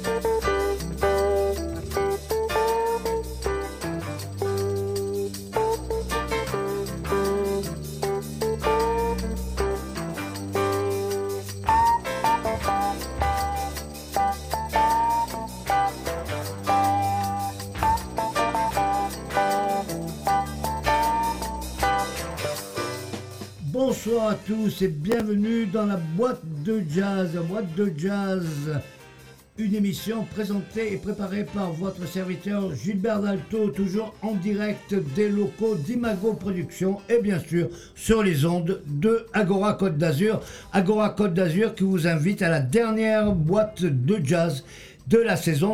Bonsoir à tous et bienvenue dans la boîte de jazz. La boîte de jazz, une émission présentée et préparée par votre serviteur Gilbert Dalto, toujours en direct des locaux d'Imago Productions et bien sûr sur les ondes de Agora Côte d'Azur. Agora Côte d'Azur qui vous invite à la dernière boîte de jazz de la saison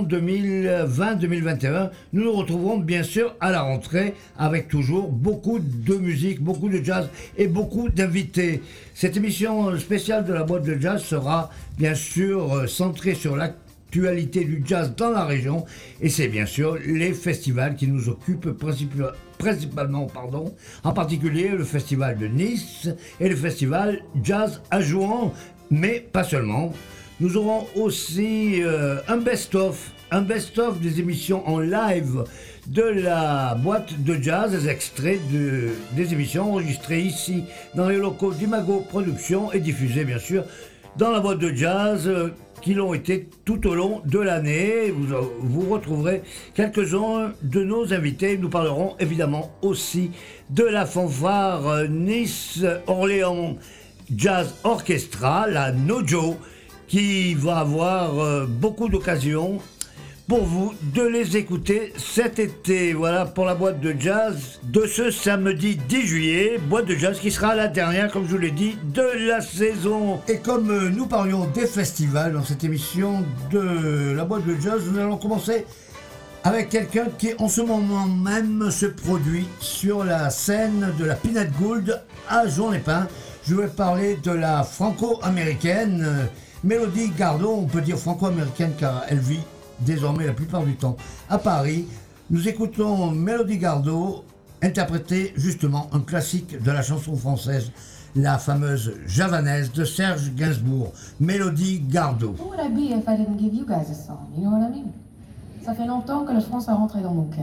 2020-2021. Nous nous retrouverons bien sûr à la rentrée avec toujours beaucoup de musique, beaucoup de jazz et beaucoup d'invités. Cette émission spéciale de la boîte de jazz sera bien sûr centrée sur l'actualité du jazz dans la région et c'est bien sûr les festivals qui nous occupent principalement, en particulier le festival de Nice et le festival Jazz à Jouan, mais pas seulement. Nous aurons aussi un best-of des émissions en live de la boîte de jazz, des extraits des émissions enregistrées ici dans les locaux d'Imago Productions et diffusées bien sûr dans la boîte de jazz qui l'ont été tout au long de l'année. Vous retrouverez quelques-uns de nos invités. Nous parlerons évidemment aussi de la fanfare Nice-Orléans Jazz Orchestra, la Nojo, qui va avoir beaucoup d'occasions pour vous de les écouter cet été. Voilà pour la boîte de jazz de ce samedi 10 juillet. Boîte de jazz qui sera la dernière, comme je vous l'ai dit, de la saison. Et comme nous parlions des festivals dans cette émission de la boîte de jazz, nous allons commencer avec quelqu'un qui en ce moment même se produit sur la scène de la Peanut Gould à Juan-les-Pins. Je vais parler de la franco-américaine Mélodie Gardot, on peut dire franco-américaine car elle vit désormais la plupart du temps à Paris. Nous écoutons Mélodie Gardot interpréter justement un classique de la chanson française, la fameuse Javanaise de Serge Gainsbourg. Mélodie Gardot. Who would I be if I didn't give you guys a song? You know what I mean? Ça fait longtemps que la France a rentré dans mon cœur.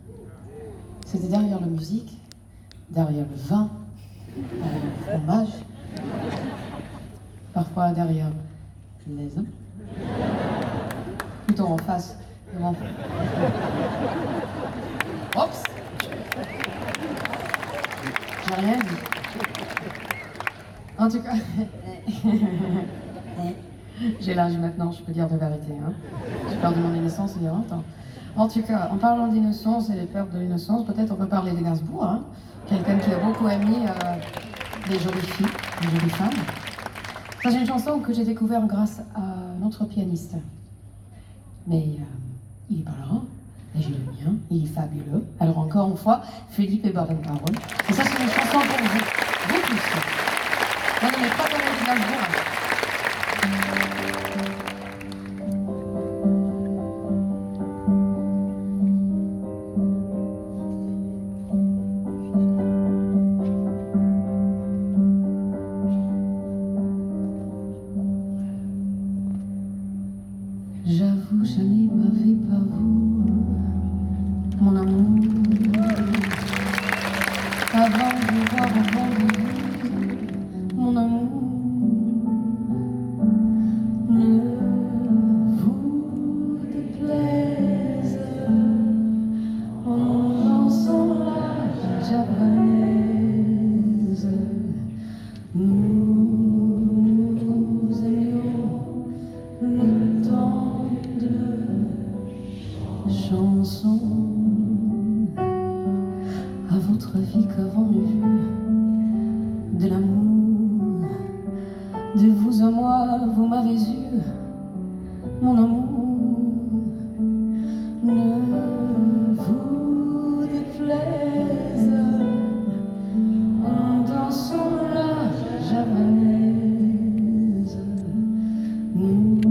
C'était derrière la musique, derrière le vin, derrière le fromage, parfois derrière les hommes. Plutôt en face. Devant. Oups! J'ai rien dit. En tout cas, j'ai l'âge maintenant, je peux dire de vérité. Hein. J'ai perdu mon innocence il y a longtemps. En tout cas, en parlant d'innocence et des pertes de l'innocence, peut-être on peut parler de Gainsbourg, hein. Quelqu'un qui a beaucoup aimé des jolies filles, des jolies femmes. Ça, c'est une chanson que j'ai découverte grâce à notre pianiste. Mais il est pas là, et j'ai le mien, il est fabuleux. Alors encore une fois, Philippe et Baden-Powell. Et ça, c'est une chanson pour vous, vous tous. Non, mais pas pour les Gainsbourg. J'avoue, je n'ai pas fait par vous, mon amour. Avant de vous voir au rendez-vous, mon amour. Ne vous déplaise en dansant la javanaise. Nous aimions le temps de chanson. À votre avis, qu'avons-nous vu de l'amour? De vous à moi, vous m'avez eu, mon amour. Ne vous déplaise en dansant la javanaise. Nous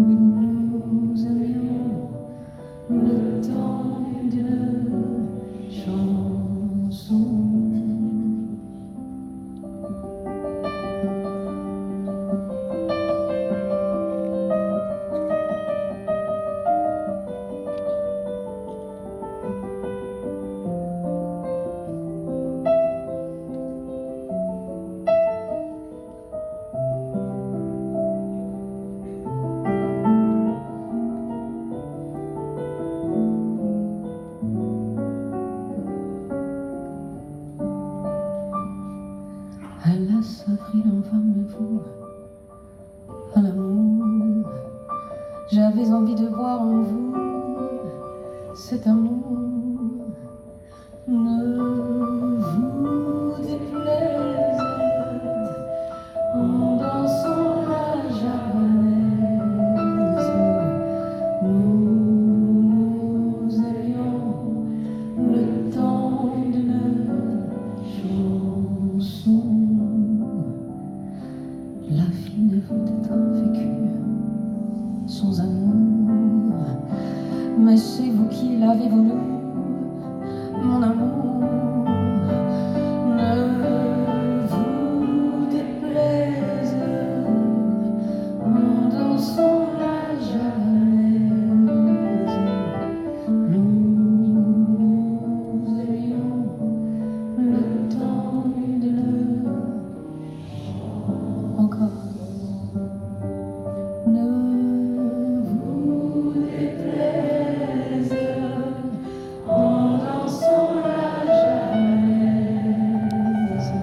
aimions le temps d'une chanson. cet amour ne vous déplaise en dansant la javanaise. Nous allions le temps d'une chanson. La vie ne veut être vécue sans amour, mais c'est vous qui l'avez voulu, mon amour. Ne vous déplaise en dansant la javanaise. Nous avions le temps de le encore. Ne vous déplaise en dansant la javanaise.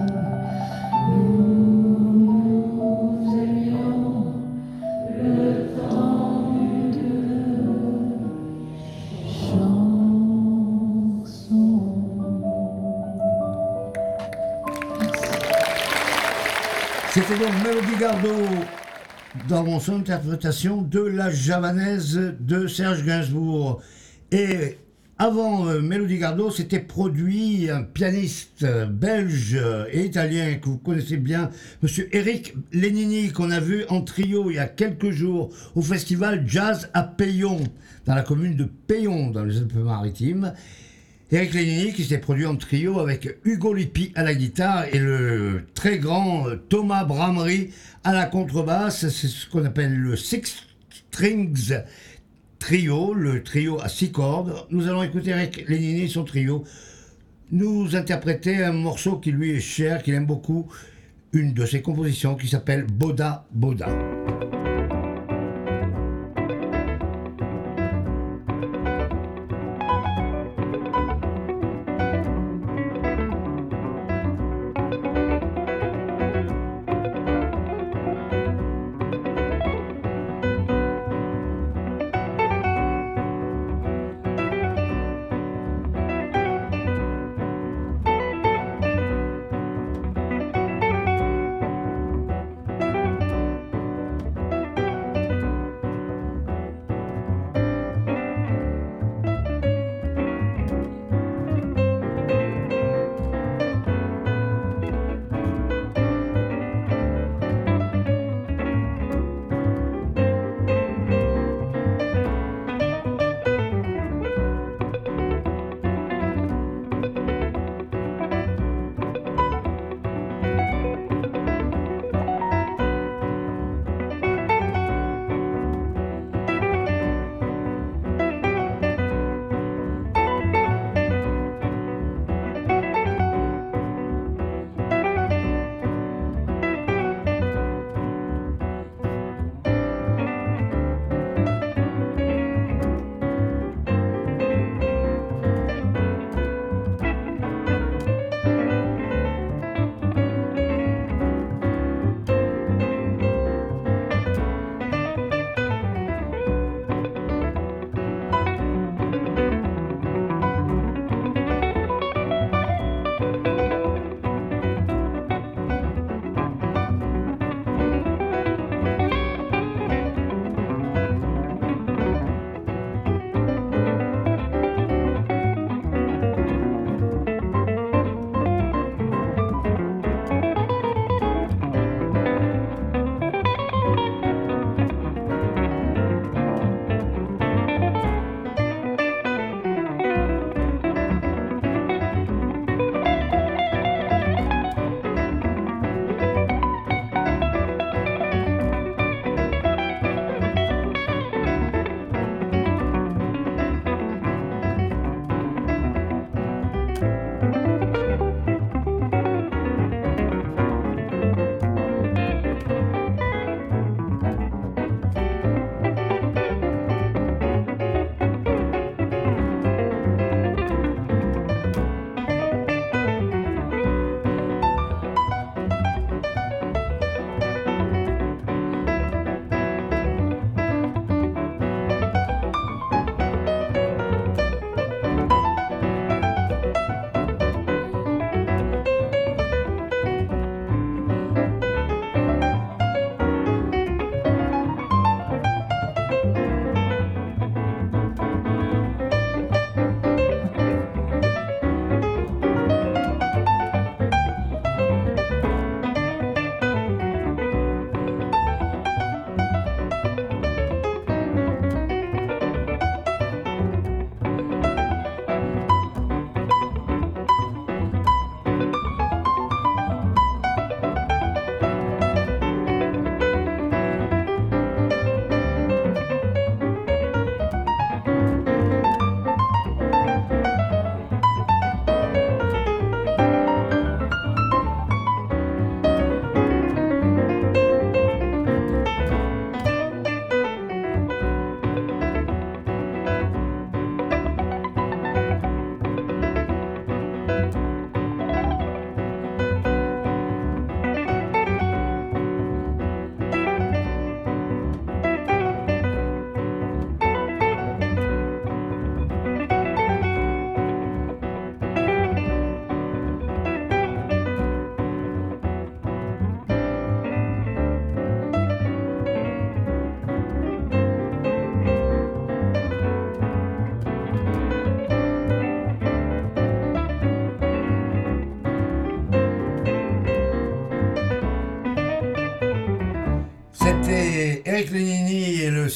Nous aimions le temps de chanson. C'était donc Mélodie Gardot dans son interprétation de la javanaise de Serge Gainsbourg. Et avant Mélodie Gardot, c'était produit un pianiste belge et italien que vous connaissez bien, monsieur Eric Lénini, qu'on a vu en trio il y a quelques jours au festival Jazz à Peillon, dans la commune de Peillon, dans les Alpes-Maritimes. Eric Lénini qui s'est produit en trio avec Hugo Lippi à la guitare et le très grand Thomas Bramery à la contrebasse. C'est ce qu'on appelle le Six Strings Trio, le trio à 6 cordes. Nous allons écouter Eric Lénini et son trio nous interpréter un morceau qui lui est cher, qu'il aime beaucoup, une de ses compositions qui s'appelle Boda Boda.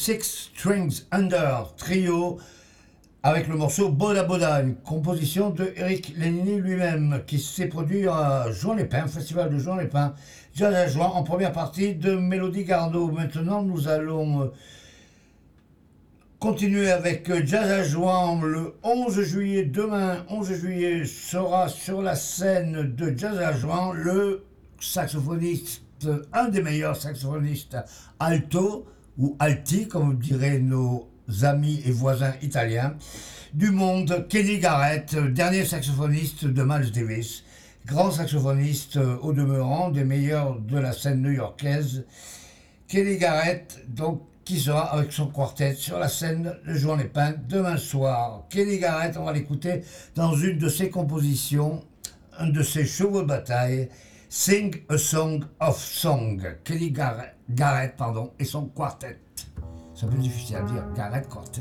Six Strings Under Trio avec le morceau Boda Boda, une composition de Eric Lénini lui-même qui s'est produit à Juan-les-Pins, festival de Juan-les-Pins, Jazz à Juan, en première partie de Mélodie Gardot. Maintenant, nous allons continuer avec Jazz à Juan le 11 juillet. Demain, 11 juillet, sera sur la scène de Jazz à Juan le saxophoniste, un des meilleurs saxophonistes alto, ou alti, comme diraient nos amis et voisins italiens, du monde, Kenny Garrett, dernier saxophoniste de Miles Davis, grand saxophoniste au demeurant, des meilleurs de la scène new-yorkaise. Kenny Garrett, donc, qui sera avec son quartet sur la scène de Juan-les-Pins demain soir. Kenny Garrett, on va l'écouter dans une de ses compositions, un de ses chevaux de bataille, Sing a Song of Song. Kenny Garrett, et son quartet. C'est un peu difficile à dire, Garrett Quartet.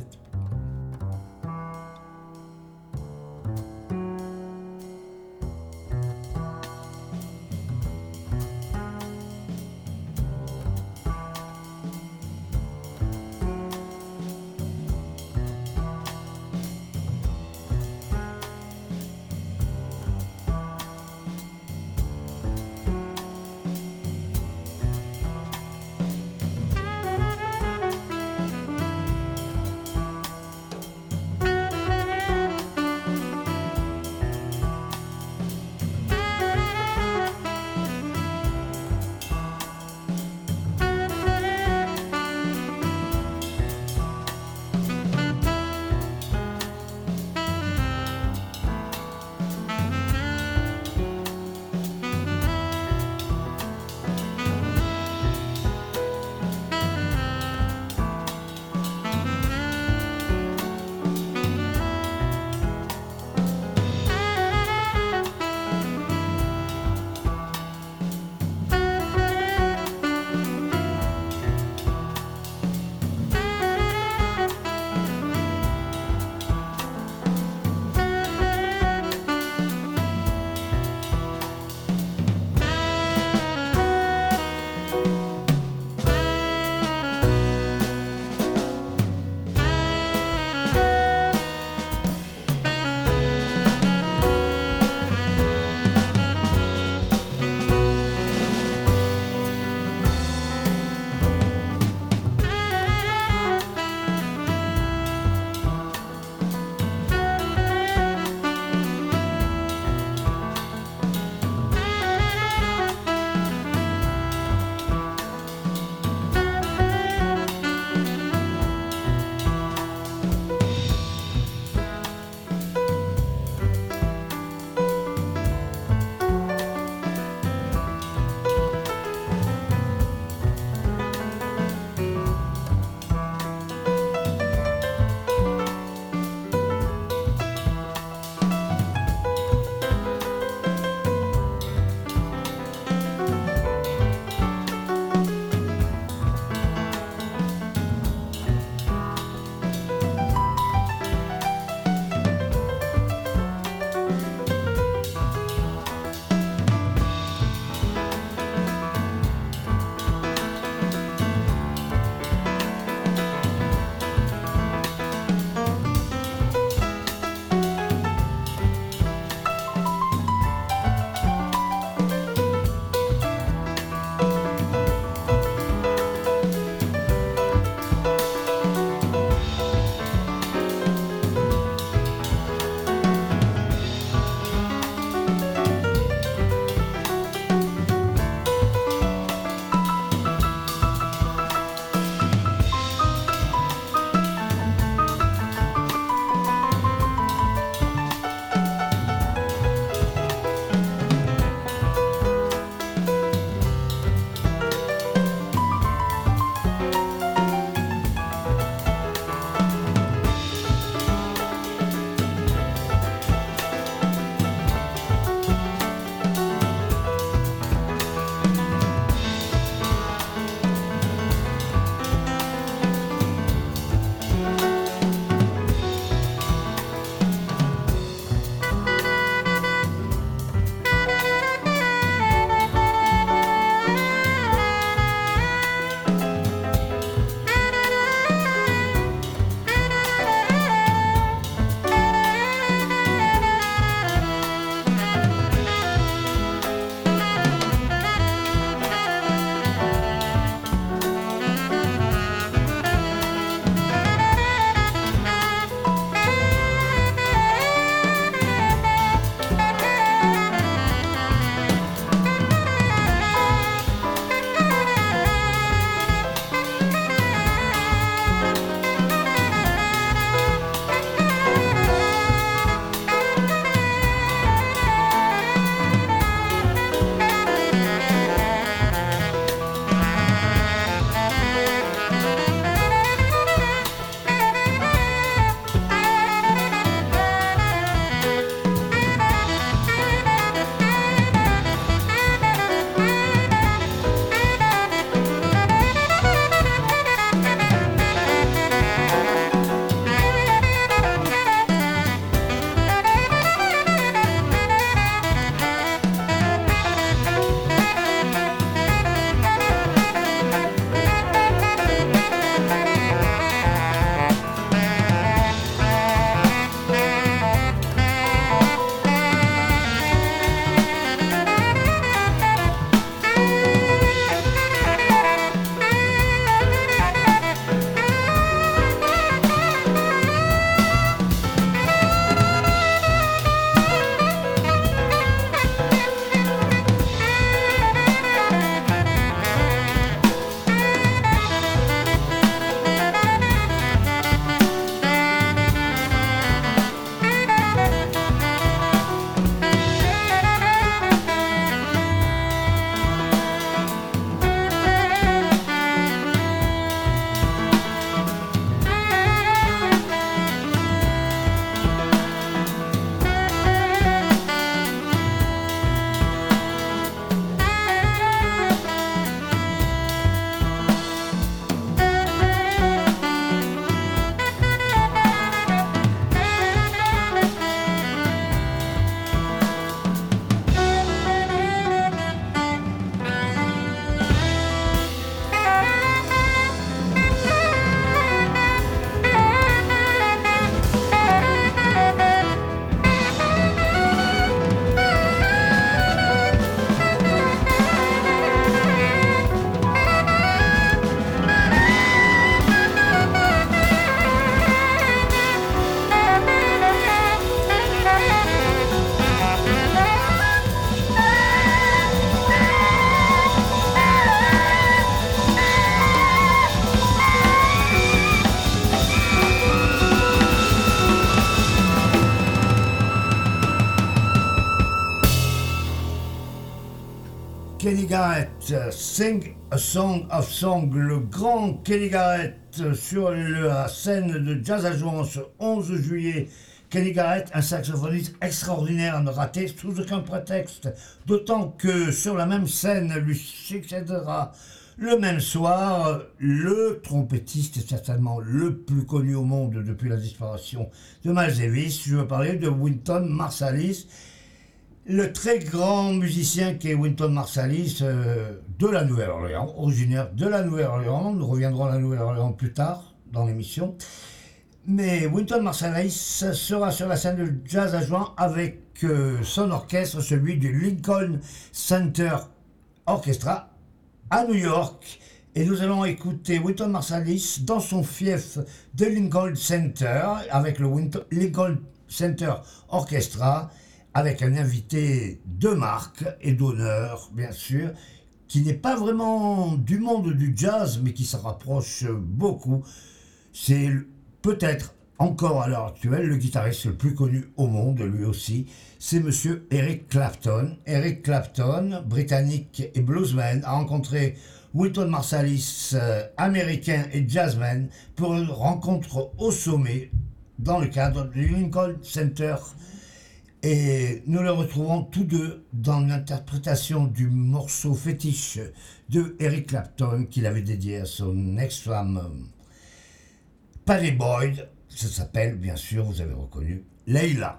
Kenny Garrett, Sing a Song of Song, le grand Kenny Garrett sur la scène de Jazz à Jouan ce 11 juillet. Kenny Garrett, un saxophoniste extraordinaire à ne rater sous aucun prétexte, d'autant que sur la même scène lui succédera le même soir le trompettiste et certainement le plus connu au monde depuis la disparition de Miles Davis. Je veux parler de Wynton Marsalis, le très grand musicien qui est Wynton Marsalis de la Nouvelle-Orléans, originaire de la Nouvelle-Orléans. Nous reviendrons à la Nouvelle-Orléans plus tard dans l'émission. Mais Wynton Marsalis sera sur la scène de Jazz à Jouan avec son orchestre, celui du Lincoln Center Orchestra à New York. Et nous allons écouter Wynton Marsalis dans son fief de Lincoln Center avec le Lincoln Center Orchestra, avec un invité de marque et d'honneur, bien sûr, qui n'est pas vraiment du monde du jazz, mais qui s'en rapproche beaucoup. C'est peut-être encore à l'heure actuelle le guitariste le plus connu au monde, lui aussi. C'est monsieur Eric Clapton. Eric Clapton, britannique et bluesman, a rencontré Wynton Marsalis, américain et jazzman, pour une rencontre au sommet dans le cadre du Lincoln Center. Et nous les retrouvons tous deux dans l'interprétation du morceau fétiche de Eric Clapton qu'il avait dédié à son ex-femme Pattie Boyd. Ça s'appelle, bien sûr, vous avez reconnu, Leila.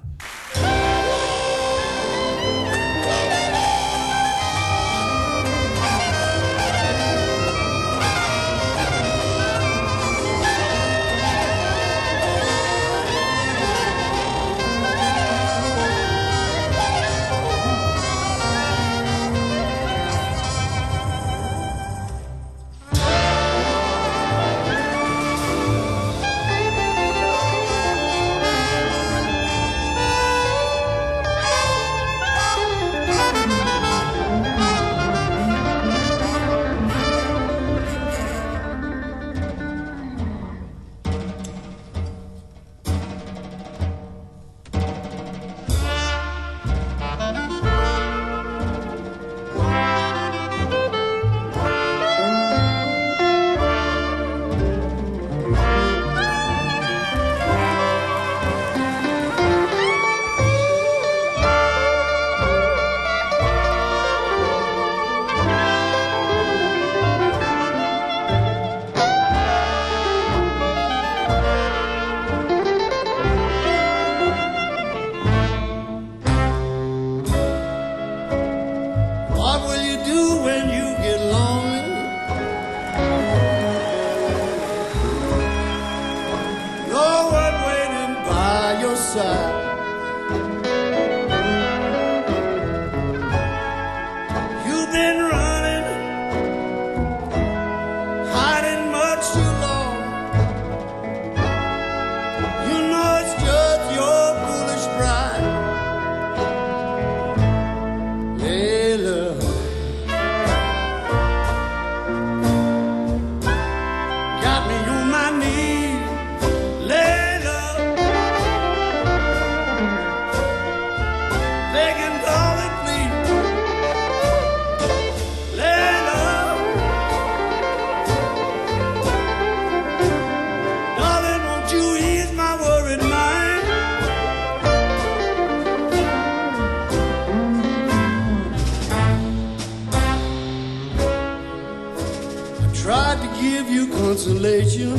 Consolation.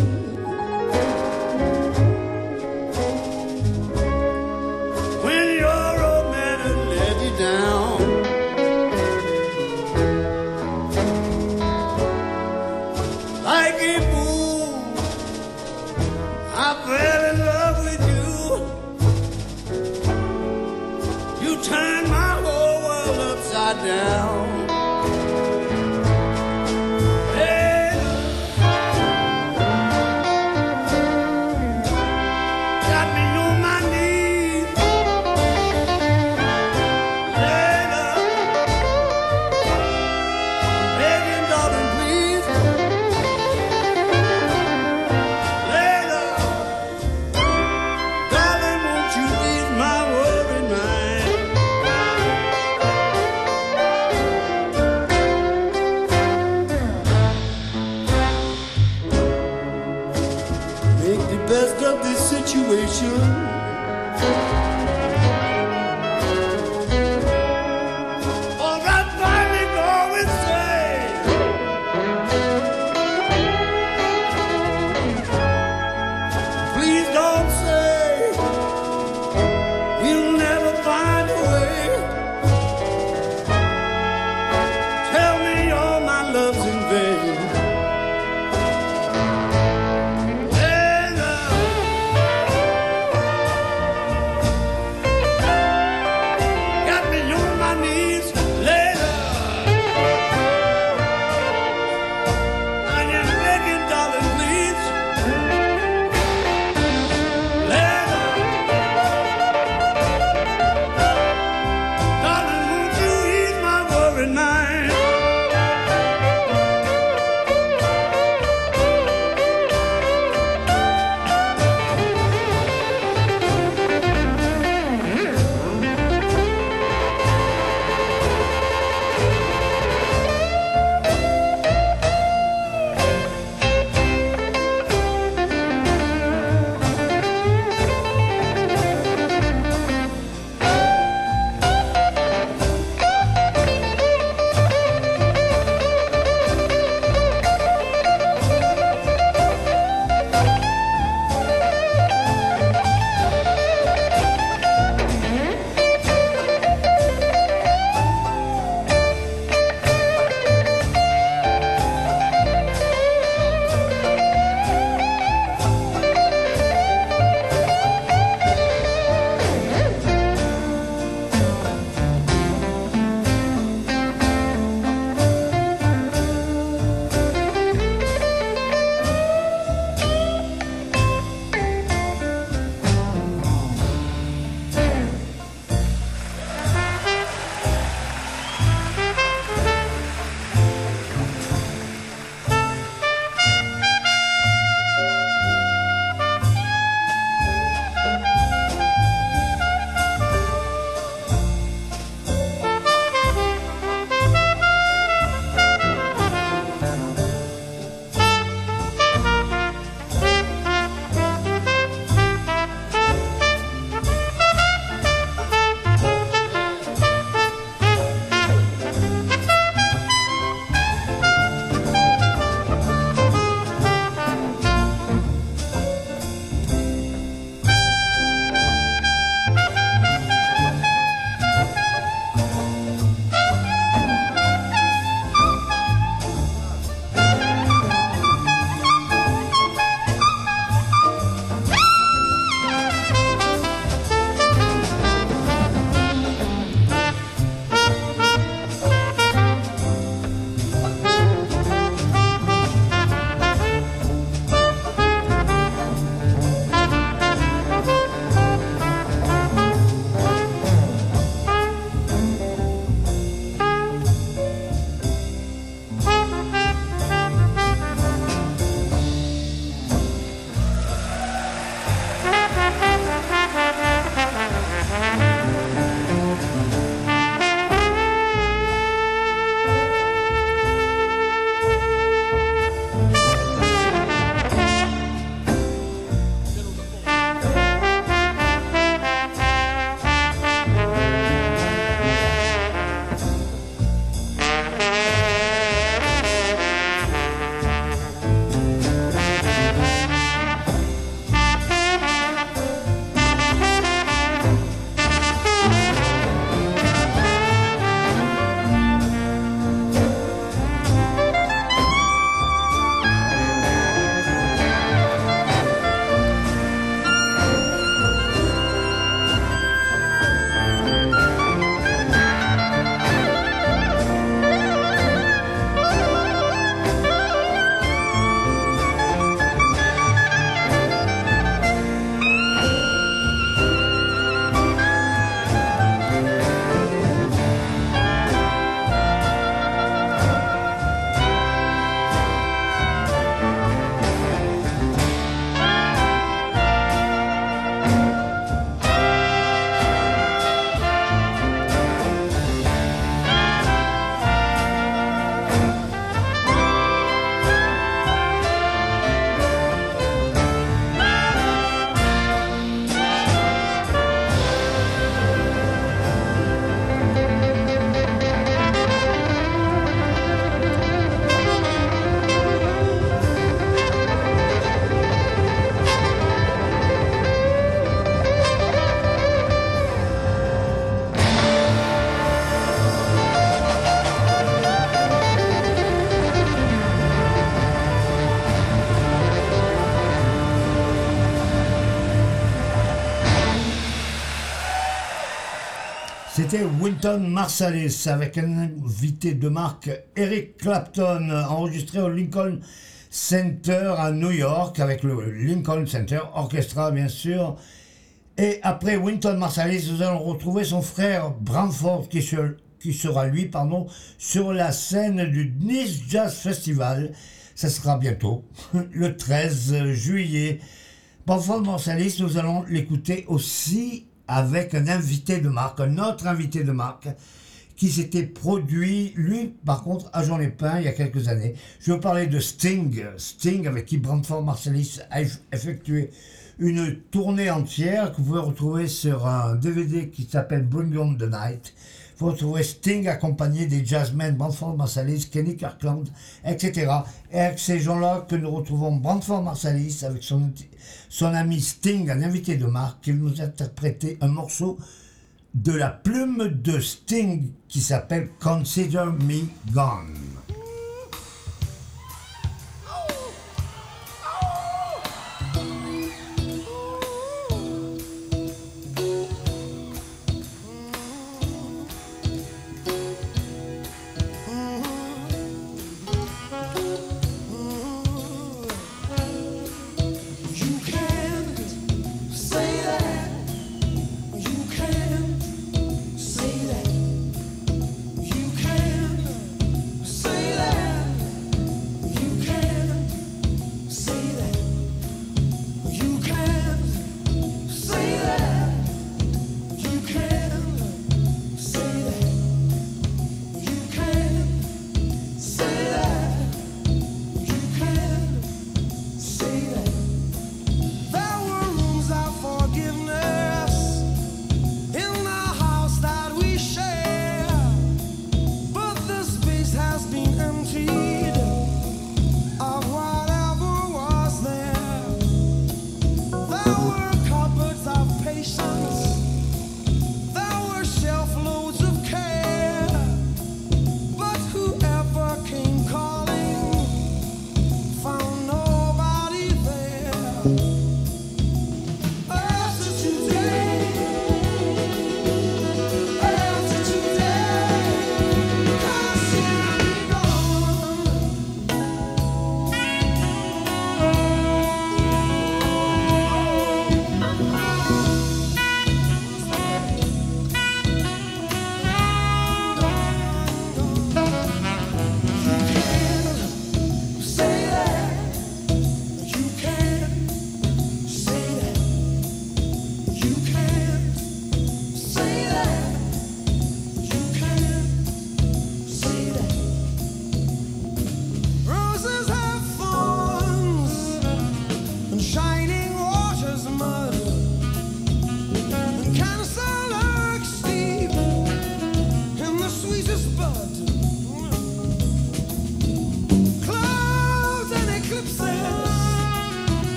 When your old man had let you down, like a fool, I fell in love with you. You turned my whole world upside down. situation. Or I finally go and say, please don't say we'll never find a way. Tell me all my love's in vain. C'était Wynton Marsalis avec un invité de marque, Eric Clapton, enregistré au Lincoln Center à New York avec le Lincoln Center Orchestra bien sûr. Et après Wynton Marsalis, nous allons retrouver son frère Branford qui sera lui sur la scène du Nice Jazz Festival. Ça sera bientôt, le 13 juillet. Branford Marsalis, nous allons l'écouter aussi avec un invité de marque, un autre invité de marque qui s'était produit, lui, par contre, à Jean-les-Pins, il y a quelques années. Je veux parler de Sting, avec qui Branford Marsalis a effectué une tournée entière que vous pouvez retrouver sur un DVD qui s'appelle Bring On The Night. Vous retrouvez Sting accompagné des jazzmen Branford Marsalis, Kenny Kirkland, etc. Et avec ces gens-là que nous retrouvons Branford Marsalis avec son ami Sting, un invité de marque, qui nous a interprété un morceau de la plume de Sting qui s'appelle Consider Me Gone. Say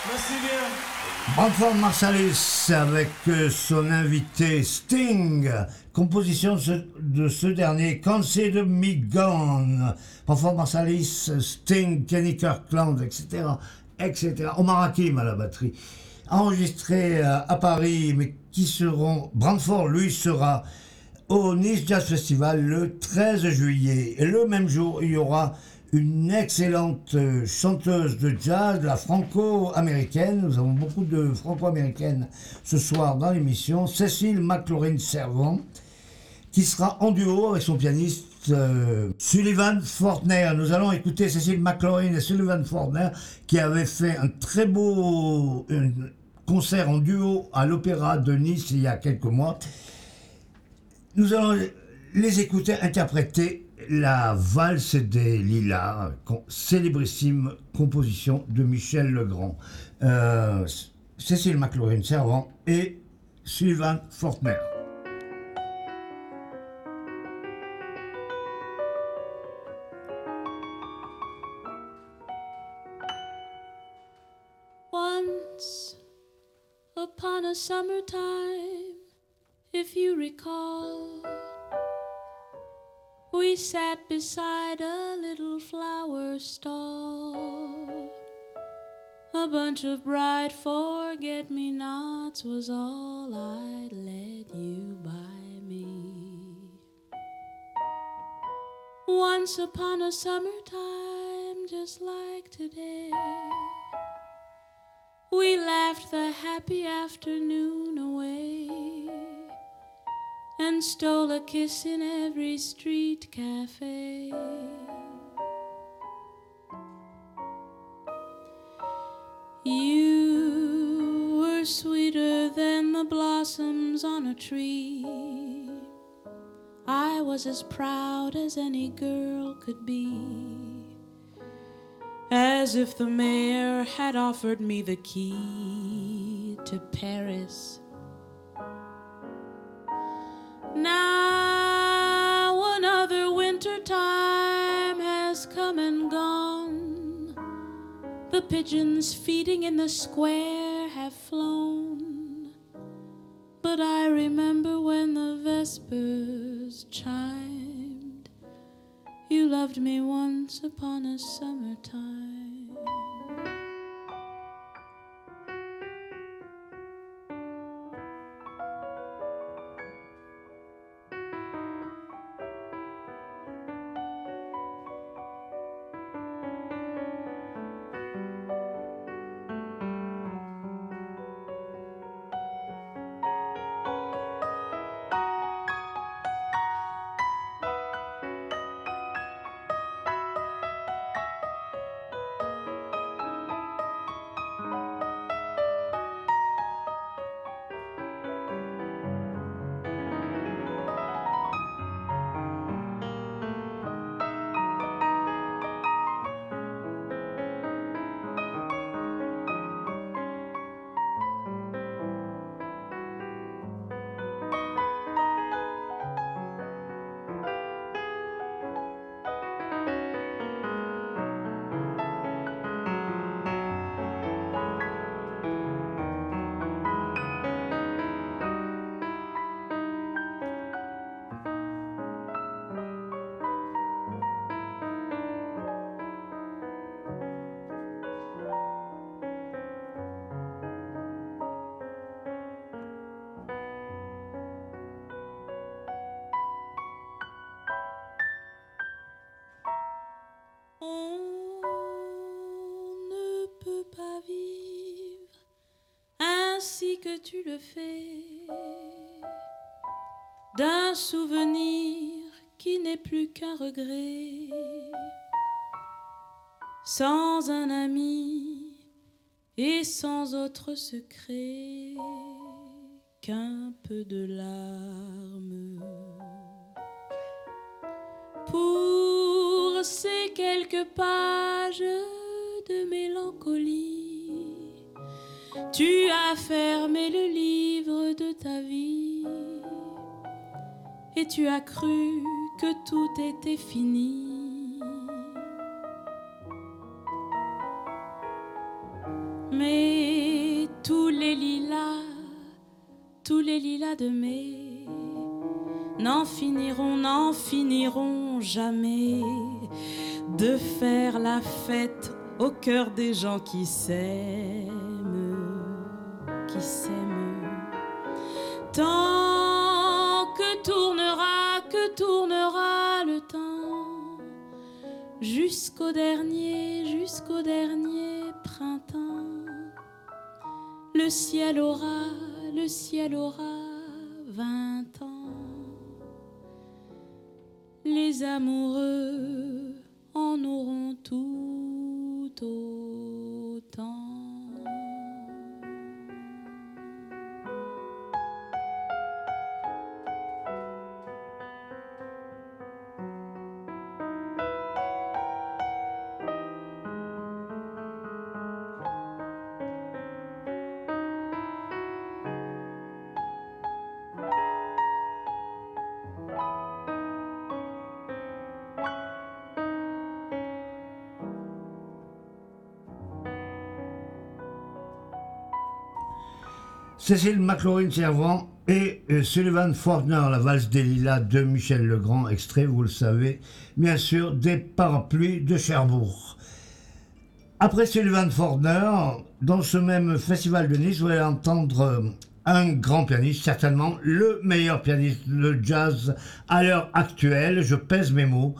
Merci bien. Branford Marsalis avec son invité Sting, composition de ce dernier, Consider Me Gone. Branford Marsalis, Sting, Kenny Kirkland, etc. Omar Hakim à la batterie. Enregistré à Paris, mais qui seront... Branford, lui, sera au Nice Jazz Festival le 13 juillet. Et le même jour, il y aura une excellente chanteuse de jazz, la franco-américaine. Nous avons beaucoup de franco-américaines ce soir dans l'émission. Cécile McLaurin-Servant, qui sera en duo avec son pianiste Sullivan Fortner. Nous allons écouter Cécile McLaurin et Sullivan Fortner, qui avaient fait un très beau concert en duo à l'Opéra de Nice il y a quelques mois. Nous allons les écouter interpréter la valse des Lilas, célébrissime composition de Michel Legrand. Cécile McLaurin-Servant et Sullivan Fortner. Once upon a summertime, if you recall, we sat beside a little flower stall. A bunch of bright forget-me-nots was all I'd let you buy me. Once upon a summertime, just like today, we laughed the happy afternoon away and stole a kiss in every street cafe. You were sweeter than the blossoms on a tree. I was as proud as any girl could be, as if the mayor had offered me the key to Paris. Now another winter time has come and gone. The pigeons feeding in the square have flown, but I remember when the vespers chimed. You loved me once upon a summertime. Que tu le fais, d'un souvenir qui n'est plus qu'un regret, sans un ami et sans autre secret qu'un peu de larmes. Pour ces quelques pages de mélancolie, tu as fermé le livre de ta vie et tu as cru que tout était fini. Mais tous les lilas de mai n'en finiront jamais de faire la fête au cœur des gens qui s'aiment. Tant que tournera le temps, jusqu'au dernier printemps, le ciel aura 20 ans. Les amoureux en auront tout autant. Cécile McLaurin-Servant et Sullivan Faulkner, la valse des lilas de Michel Legrand, extrait, vous le savez, bien sûr, des Parapluies de Cherbourg. Après Sullivan Faulkner, dans ce même festival de Nice, vous allez entendre un grand pianiste, certainement le meilleur pianiste de jazz à l'heure actuelle, je pèse mes mots.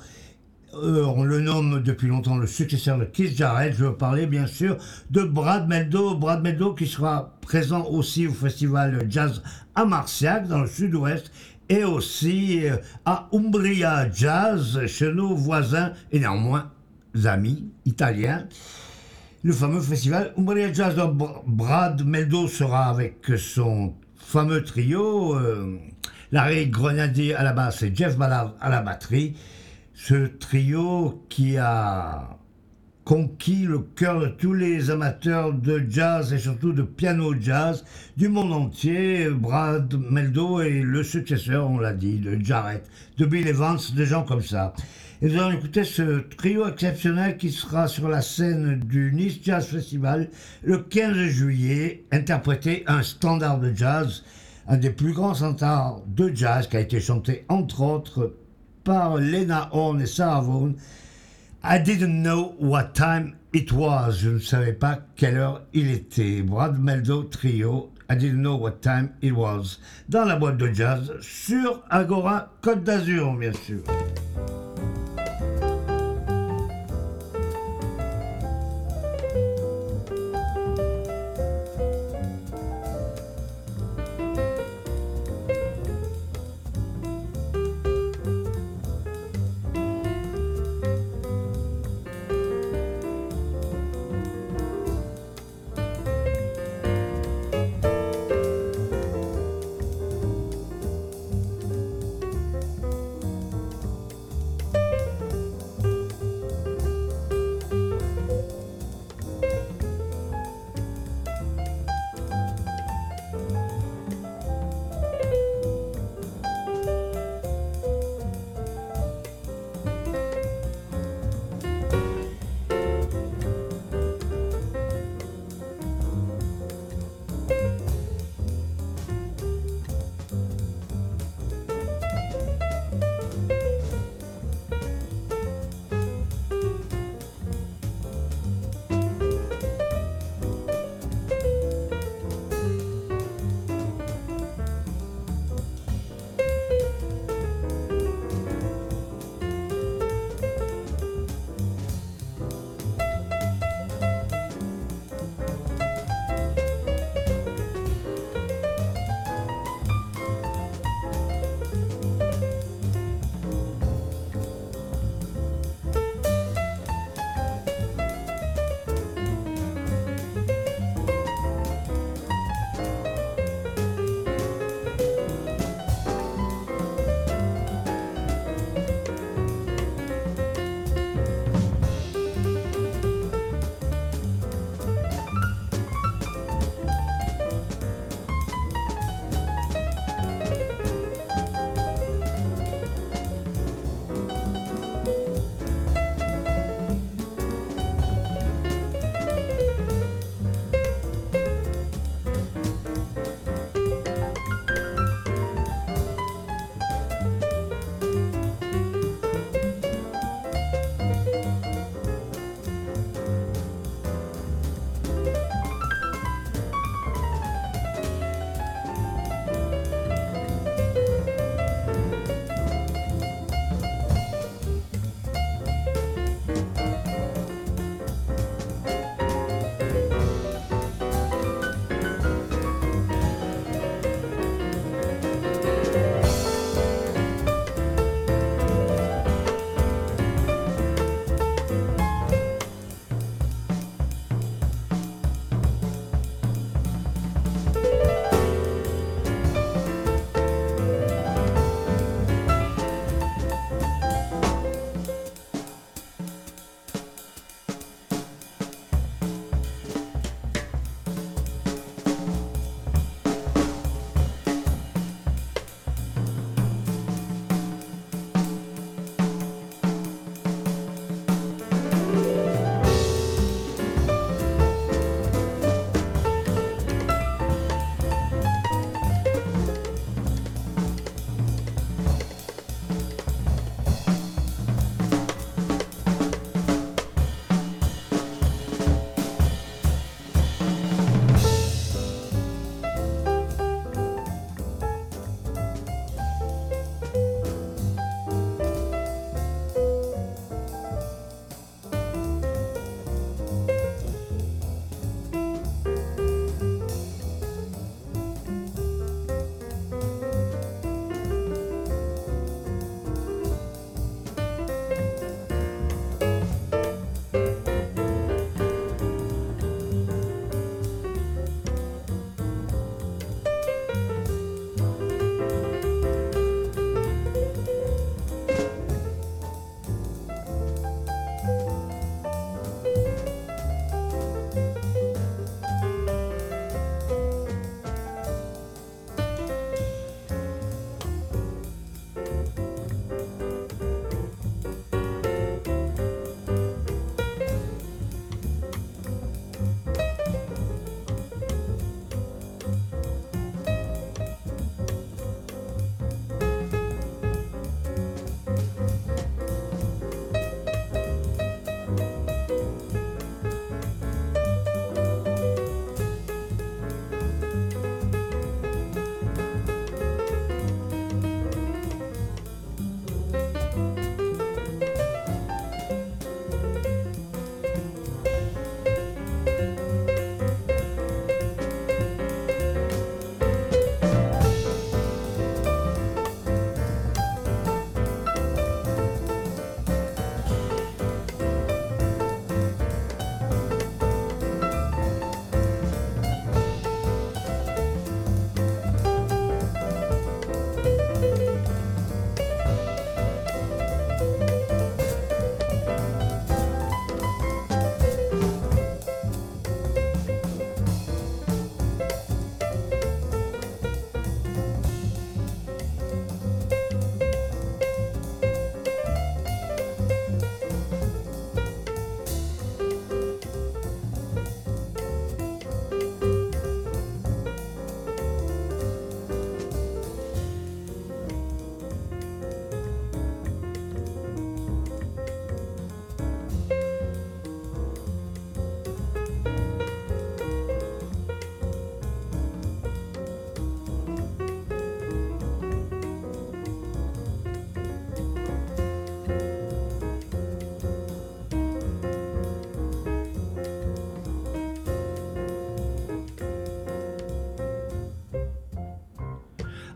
On le nomme depuis longtemps le successeur de Keith Jarrett. Je veux parler bien sûr de Brad Mehldau. Brad Mehldau qui sera présent aussi au festival Jazz à Marciac dans le sud-ouest et aussi à Umbria Jazz chez nos voisins et néanmoins amis italiens. Le fameux festival Umbria Jazz. Brad Mehldau sera avec son fameux trio, Larry Grenadier à la basse et Jeff Ballard à la batterie. Ce trio qui a conquis le cœur de tous les amateurs de jazz et surtout de piano jazz du monde entier. Brad Mehldau est le successeur, on l'a dit, de Jarrett, de Bill Evans, de gens comme ça. Et nous allons écouter ce trio exceptionnel qui sera sur la scène du Nice Jazz Festival le 15 juillet, interpréter un standard de jazz, un des plus grands standards de jazz qui a été chanté entre autres par Lena Horne et Sarah Vaughan. I didn't know what time it was. Je ne savais pas quelle heure il était. Brad Mehldau Trio, I didn't know what time it was. Dans la boîte de jazz sur Agora Côte d'Azur, bien sûr.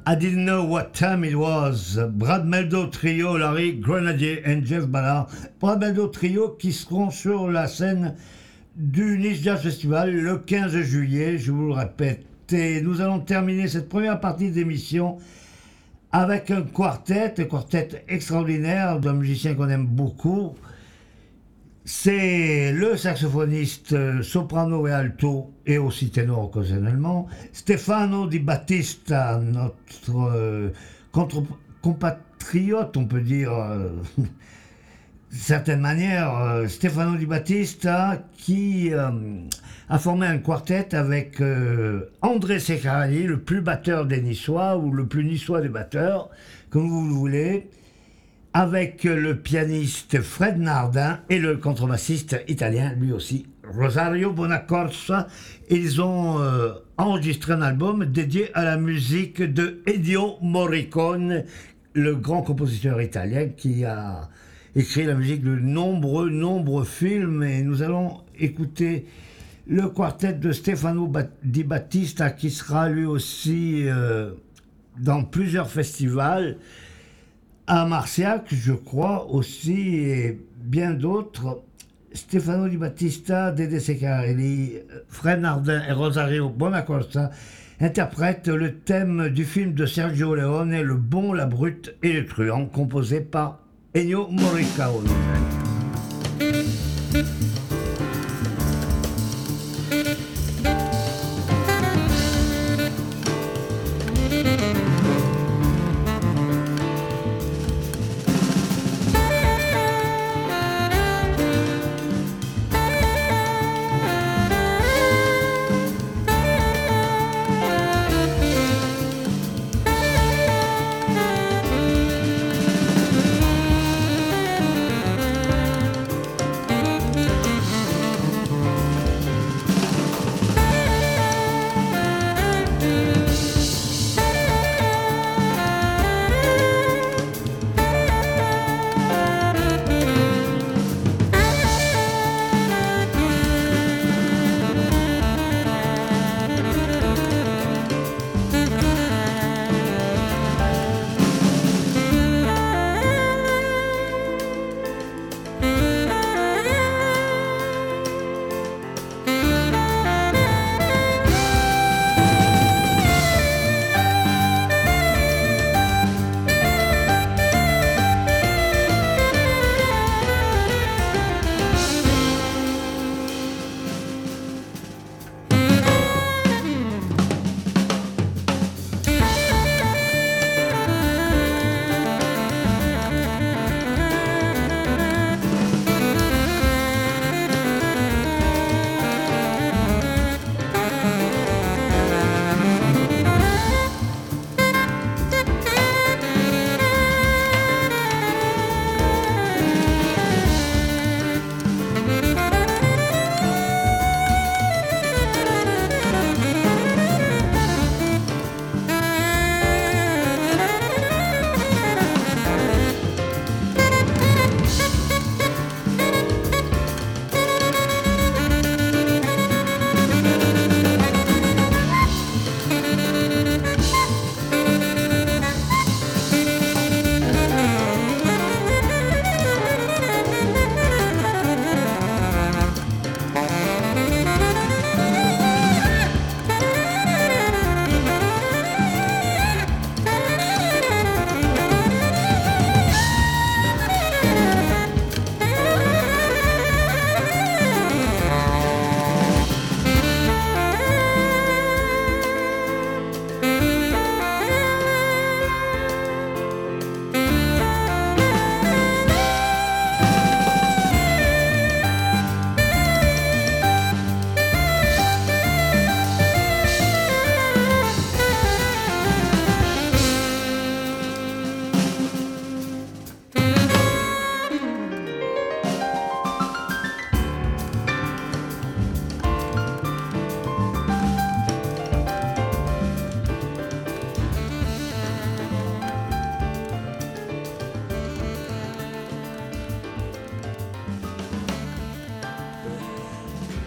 I Didn't Know What Time It Was. Brad Meldo Trio, Larry Grenadier et Jeff Ballard. Brad Meldo Trio qui seront sur la scène du Nice Jazz Festival le 15 juillet, je vous le répète. Et nous allons terminer cette première partie d'émission avec un quartet extraordinaire d'un musicien qu'on aime beaucoup. C'est le saxophoniste soprano et alto, et aussi ténor occasionnellement, Stefano Di Battista, notre compatriote, on peut dire, d'une certaine manière, Stefano Di Battista, qui a formé un quartet avec André Seccarelli, le plus batteur des Niçois, ou le plus niçois des batteurs, comme vous le voulez, avec le pianiste Fred Nardin et le contrebassiste italien, lui aussi, Rosario Bonaccorsa. Ils ont enregistré un album dédié à la musique de Ennio Morricone, le grand compositeur italien qui a écrit la musique de nombreux films. Et nous allons écouter le quartet de Stefano Di Battista, qui sera lui aussi dans plusieurs festivals, à Marciac, je crois aussi, et bien d'autres. Stefano Di Battista, Dede Seccarelli, Fred Nardin et Rosario Bonaccorsa interprètent le thème du film de Sergio Leone, Le Bon, la Brute et le Truand, composé par Ennio Morricone.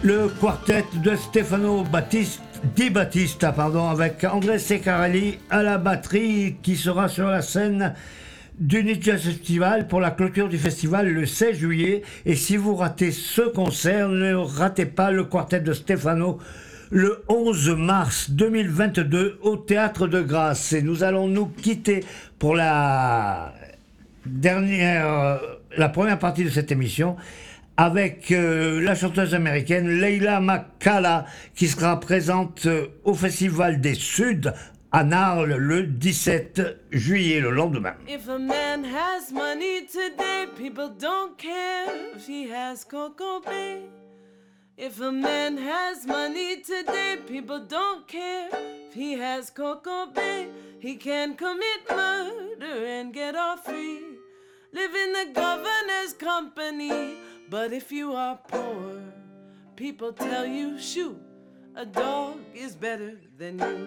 le quartet de Stefano Di Battista, avec André Ceccarelli à la batterie, qui sera sur la scène du Nice Jazz Festival pour la clôture du festival le 16 juillet. Et si vous ratez ce concert, ne ratez pas le quartet de Stefano le 11 mars 2022 au Théâtre de Grasse. Et nous allons nous quitter pour la première partie de cette émission avec la chanteuse américaine Leila McCalla, qui sera présente au Festival des Suds à Narles le 17 juillet, le lendemain. If a man has money today, people don't care if he has Coco Bay. If a man has money today, people don't care if he has Coco Bay. He can commit murder and get off free, live in the governor's company. But if you are poor, people tell you, shoot, a dog is better than you.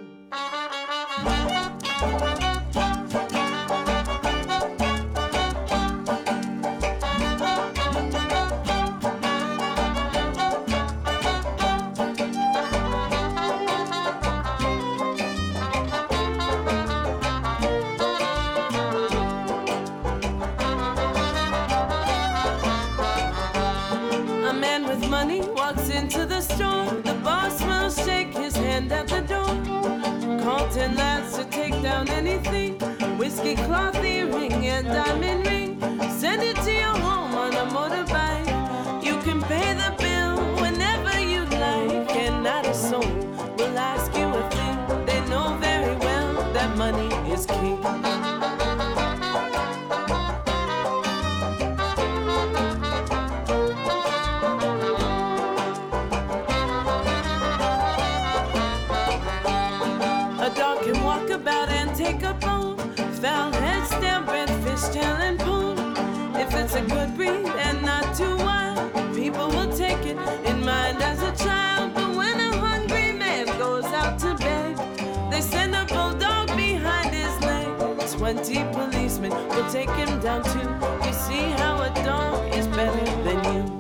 A man with money walks into the store. The boss will shake his hand at the door. Call 10 lads to take down anything. Whiskey cloth earring and diamond ring. Send it to your home on a motorbike. You can pay the bill whenever you like. And not a soul will ask you a thing. They know very well that money is king. About and take a bone, foul head, stale bread, fish tail and poon. If it's a good breed and not too wild, people will take it in mind as a child. But when a hungry man goes out to bed, they send a bulldog behind his leg. 20 policemen will take him down too. You see how a dog is better than you.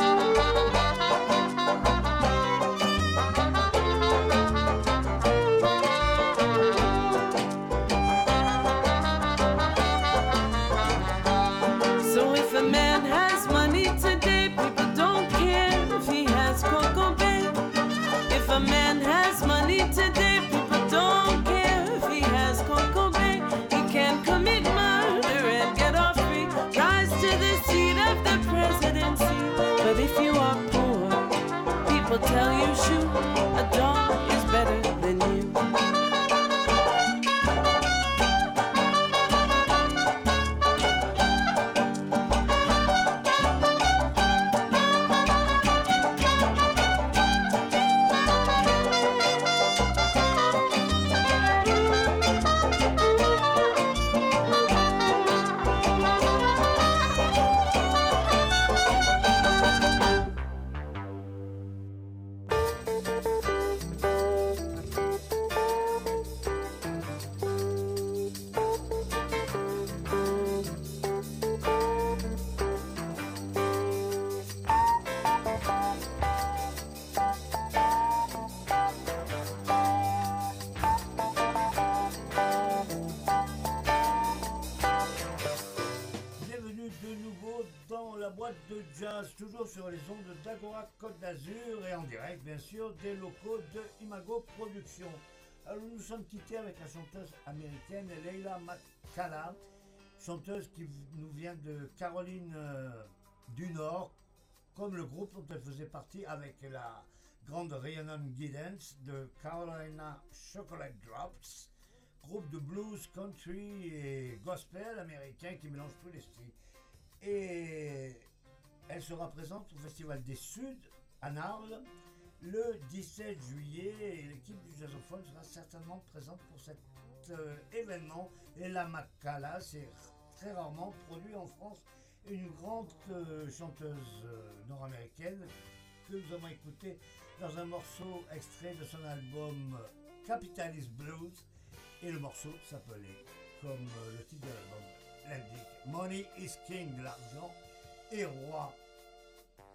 A man has money today, people don't care if he has Coco Bay. He can commit murder and get off free, rise to the seat of the presidency. But if you are poor, people tell you, shoot, a dog is better than you. De jazz, toujours sur les ondes d'Agora Côte d'Azur et en direct bien sûr des locaux de Imago Productions. Alors nous sommes quittés avec la chanteuse américaine Leila McCalla, chanteuse qui nous vient de Caroline du Nord, comme le groupe dont elle faisait partie avec la grande Rhiannon Giddens de Carolina Chocolate Drops, groupe de blues, country et gospel américain qui mélange tous les styles. Et elle sera présente au Festival des Suds à Narles le 17 juillet et l'équipe du Jazzophone sera certainement présente pour cet événement. Et la McCalla, c'est très rarement produit en France, une grande chanteuse nord-américaine que nous avons écoutée dans un morceau extrait de son album Capitalist Blues et le morceau s'appelait, comme le titre de l'album l'indique, Money is King, l'argent est roi.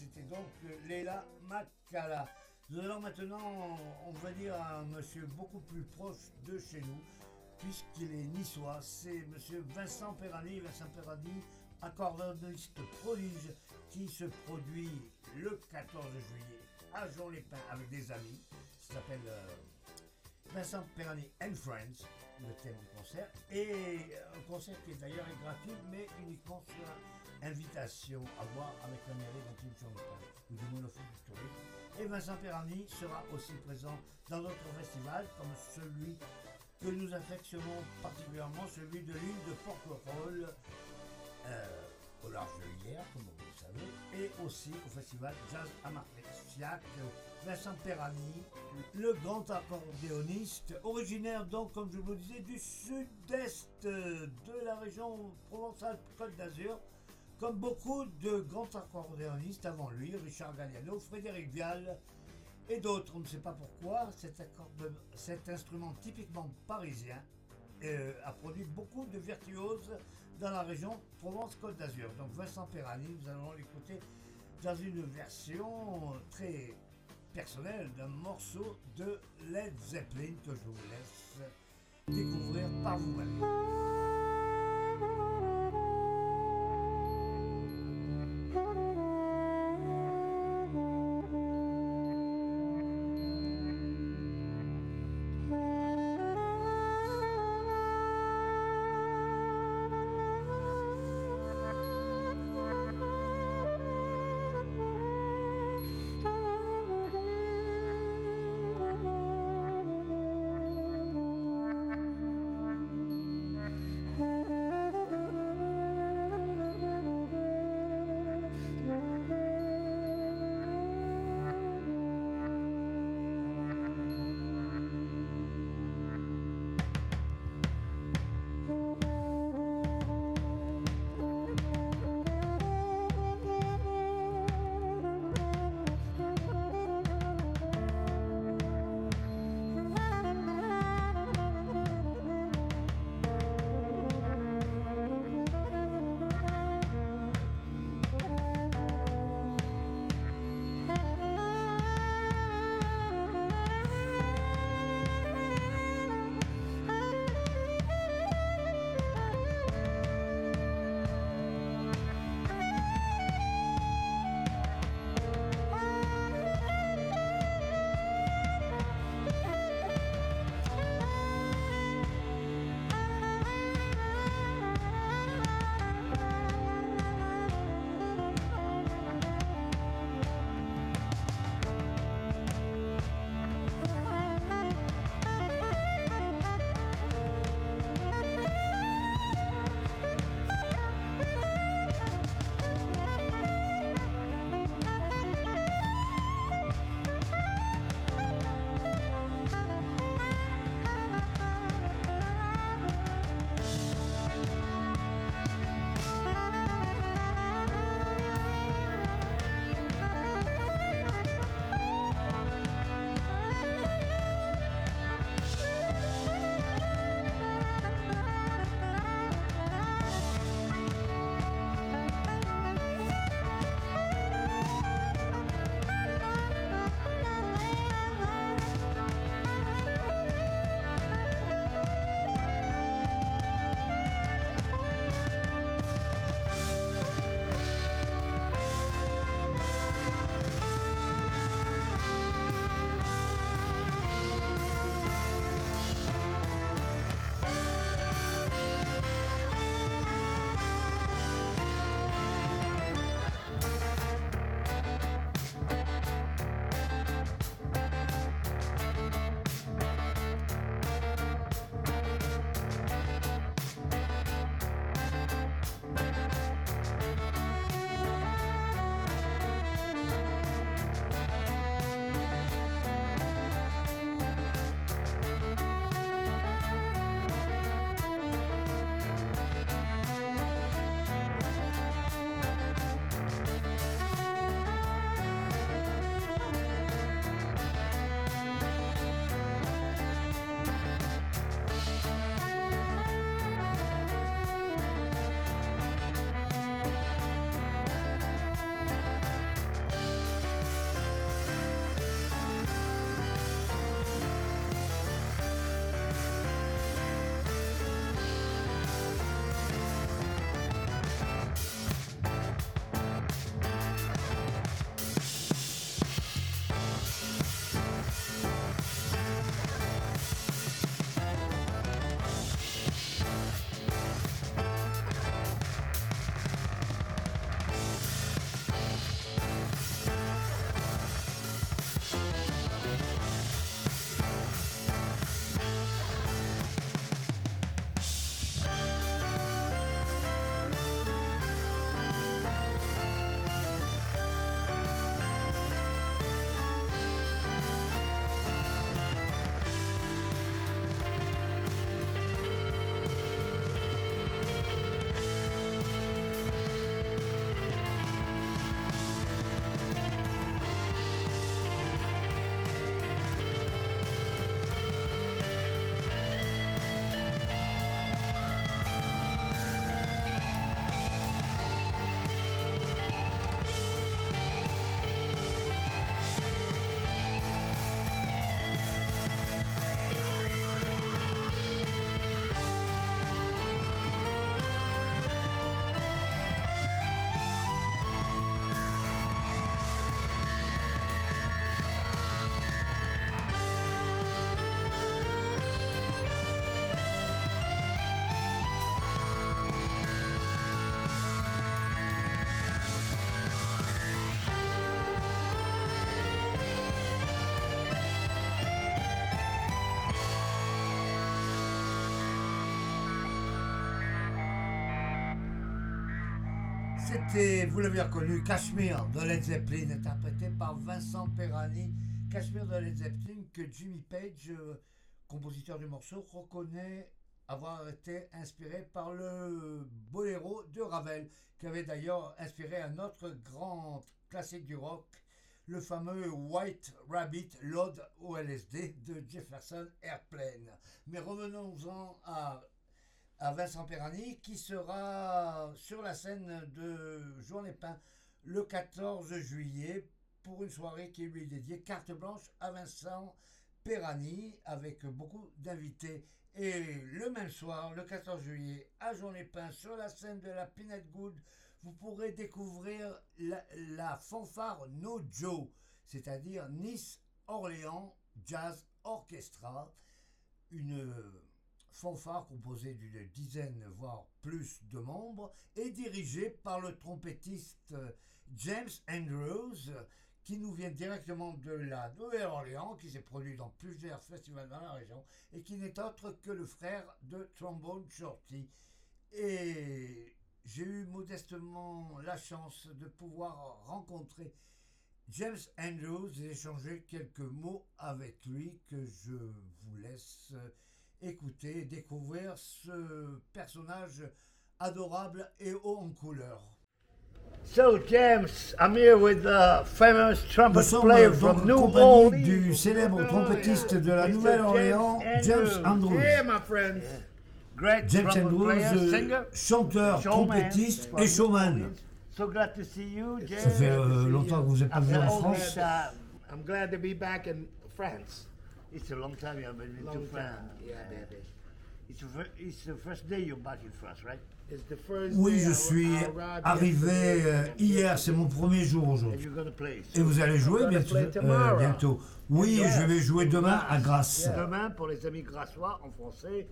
c'était donc Leila Makala. Nous allons maintenant, on va dire, à un monsieur beaucoup plus proche de chez nous, puisqu'il est niçois, c'est monsieur Vincent Perani. Vincent Perani, accordéoniste prodige, qui se produit le 14 juillet à Jean-les-Pins avec des amis. Ça s'appelle Vincent Perani and Friends, le thème du concert. Et un concert qui est d'ailleurs gratuit, mais uniquement sur invitation à voir avec la mairie d'Antibes-sur-le-Pin, ou du moins l'Office du tourisme. Et Vincent Perani sera aussi présent dans d'autres festivals, comme celui que nous affectionnons particulièrement, celui de l'île de Porquerolles, au large de l'Hyères, comme vous le savez, et aussi au festival Jazz à Marciac. Vincent Perani, le grand accordéoniste, originaire donc, comme je vous le disais, du sud-est de la région Provence-Alpes-Côte d'Azur, comme beaucoup de grands accordéonistes avant lui, Richard Galliano, Frédéric Vial et d'autres. On ne sait pas pourquoi cet instrument typiquement parisien a produit beaucoup de virtuoses dans la région Provence-Côte d'Azur. Donc Vincent Perani, nous allons l'écouter dans une version très personnelle d'un morceau de Led Zeppelin que je vous laisse découvrir par vous-même. C'était, vous l'avez reconnu, Kashmir de Led Zeppelin, interprété par Vincent Perani. Kashmir de Led Zeppelin que Jimmy Page, compositeur du morceau, reconnaît avoir été inspiré par le boléro de Ravel, qui avait d'ailleurs inspiré un autre grand classique du rock, le fameux White Rabbit Load au LSD de Jefferson Airplane. Mais revenons-en à Vincent Perani, qui sera sur la scène de Joan Lépin le 14 juillet pour une soirée qui lui est dédiée, carte blanche à Vincent Perani, avec beaucoup d'invités. Et le même soir, le 14 juillet, à Joan Lépin, sur la scène de la Peanut Good, vous pourrez découvrir la fanfare No Joe, c'est-à-dire Nice Orléans Jazz Orchestra, une fanfare composée d'une dizaine, voire plus de membres, et dirigée par le trompettiste James Andrews, qui nous vient directement de la Nouvelle-Orléans, qui s'est produit dans plusieurs festivals dans la région, et qui n'est autre que le frère de Trombone Shorty. Et j'ai eu modestement la chance de pouvoir rencontrer James Andrews et échanger quelques mots avec lui, que je vous laisse écouter et découvrir ce personnage adorable et haut en couleur. So James, I'm here with the famous trumpet Nous sommes player donc from en New compagnie Orleans. du célèbre trompettiste de la Mr. Nouvelle-Orléans, James Andrews. Yeah, my friends. Great James trumpet Andrews, player, singer, chanteur, showman trompettiste from et New showman. Orleans. So glad to see you, James. Ça fait longtemps que vous êtes I'm venu en so France. glad, I'm glad to be back in France. It's a long time you haven't been to Long France. time, yeah, baby. It's the first day you're back in France, right? It's the first Oui, day je I suis arrived arrivé yesterday. hier, c'est mon premier jour And aujourd'hui. you're gonna play. Et vous allez jouer bientôt. Oui, Yes. je vais jouer demain à Grasse. Demain, pour les amis grassois en français,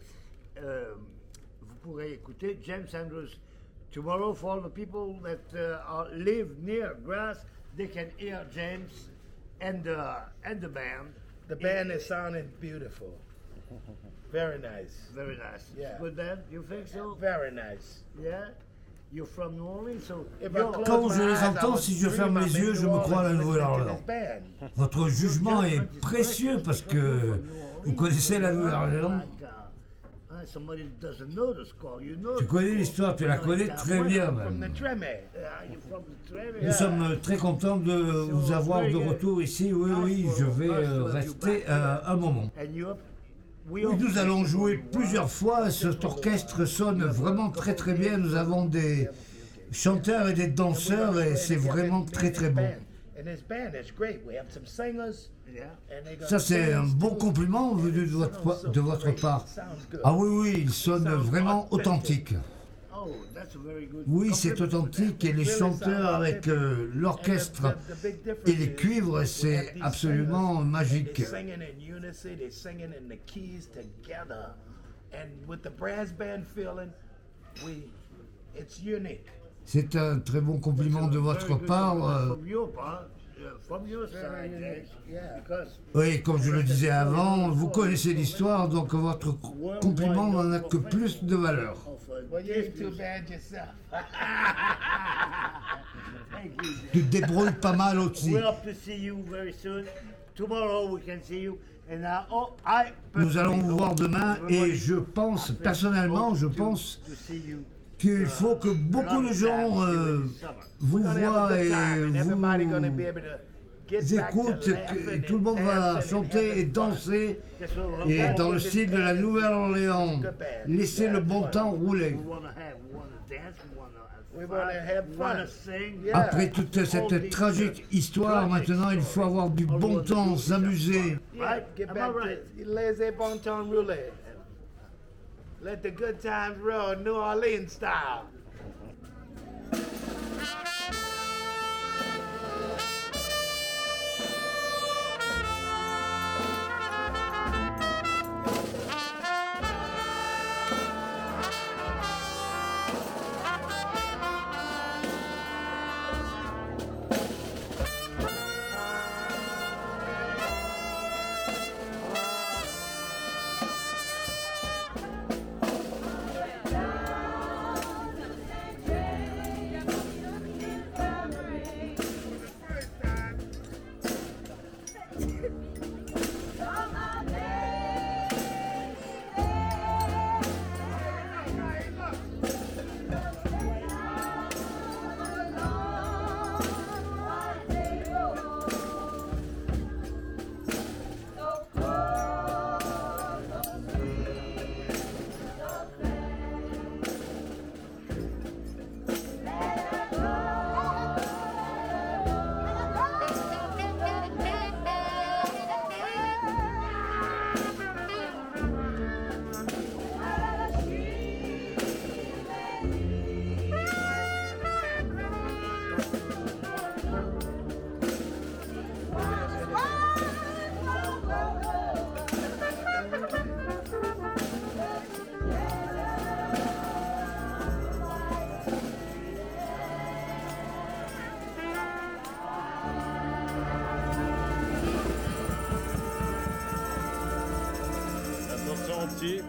vous pourrez écouter James Andrews. Tomorrow, for all the people that live near Grasse, they can hear James and the band. The band is sounding beautiful. Very nice. Very nice. Yeah. Good band, you think so? Very nice. Yeah? You're from New Orleans, so If you're- I close Quand my je les eyes, I entends, would si je dream ferme I'm les in yeux, je New me crois à la Orleans listening to Nouvelle-Orléans. this band. Votre jugement est précieux parce que vous connaissez la Nouvelle-Orléans. Like, somebody that doesn't know the score, you know. Tu connais l'histoire, tu la connais très bien From même. the Treme. You're from the Trevor. Nous sommes très contents de vous avoir de retour ici. Oui, oui, je vais rester un moment. And you Oui, nous allons jouer plusieurs fois. Cet orchestre sonne vraiment très très bien. Nous avons des chanteurs et des danseurs et c'est vraiment très très bon. And this band is great. We have some singers. Yeah. And they got Ça c'est un bands bon too. compliment venu de votre part. Sounds good. Ah oui, oui, il sonne vraiment authentique. Oh, that's a very good. Oui, c'est authentique et les chanteurs avec l'orchestre et les cuivres, c'est absolument magique. They're singing in unison, they're singing in the keys together. And with the brass band feeling, it's unique. C'est un très bon compliment de votre part. From your part, from your side, James. Yeah. Because Oui, comme je le disais avant, vous connaissez l'histoire, donc votre compliment n'en a que plus de valeur. of Well, you ain't too bad yourself. thank you. Tu te débrouilles pas mal aussi. We hope to see you very soon. Tomorrow we can see you. And Nous allons vous voir demain et je pense, personnellement, je pense to see you. qu'il faut que beaucoup de gens vous Gonna have a voient good et time, and everybody gonna be vous able to get back to écoutent, laughing que tout le monde and va dancing and chanter et having fun. danser. Guess what? Et dans le style de la Nouvelle-Orléans, laissez le bon temps rouler. We wanna dance. We wanna have We fun. wanna sing. Yeah. Après toute cette tragique histoire, maintenant il faut avoir du bon temps, s'amuser. Yeah, get Am back I right? to laissez bon temps rouler. Let the good times roll, New Orleans style. entier.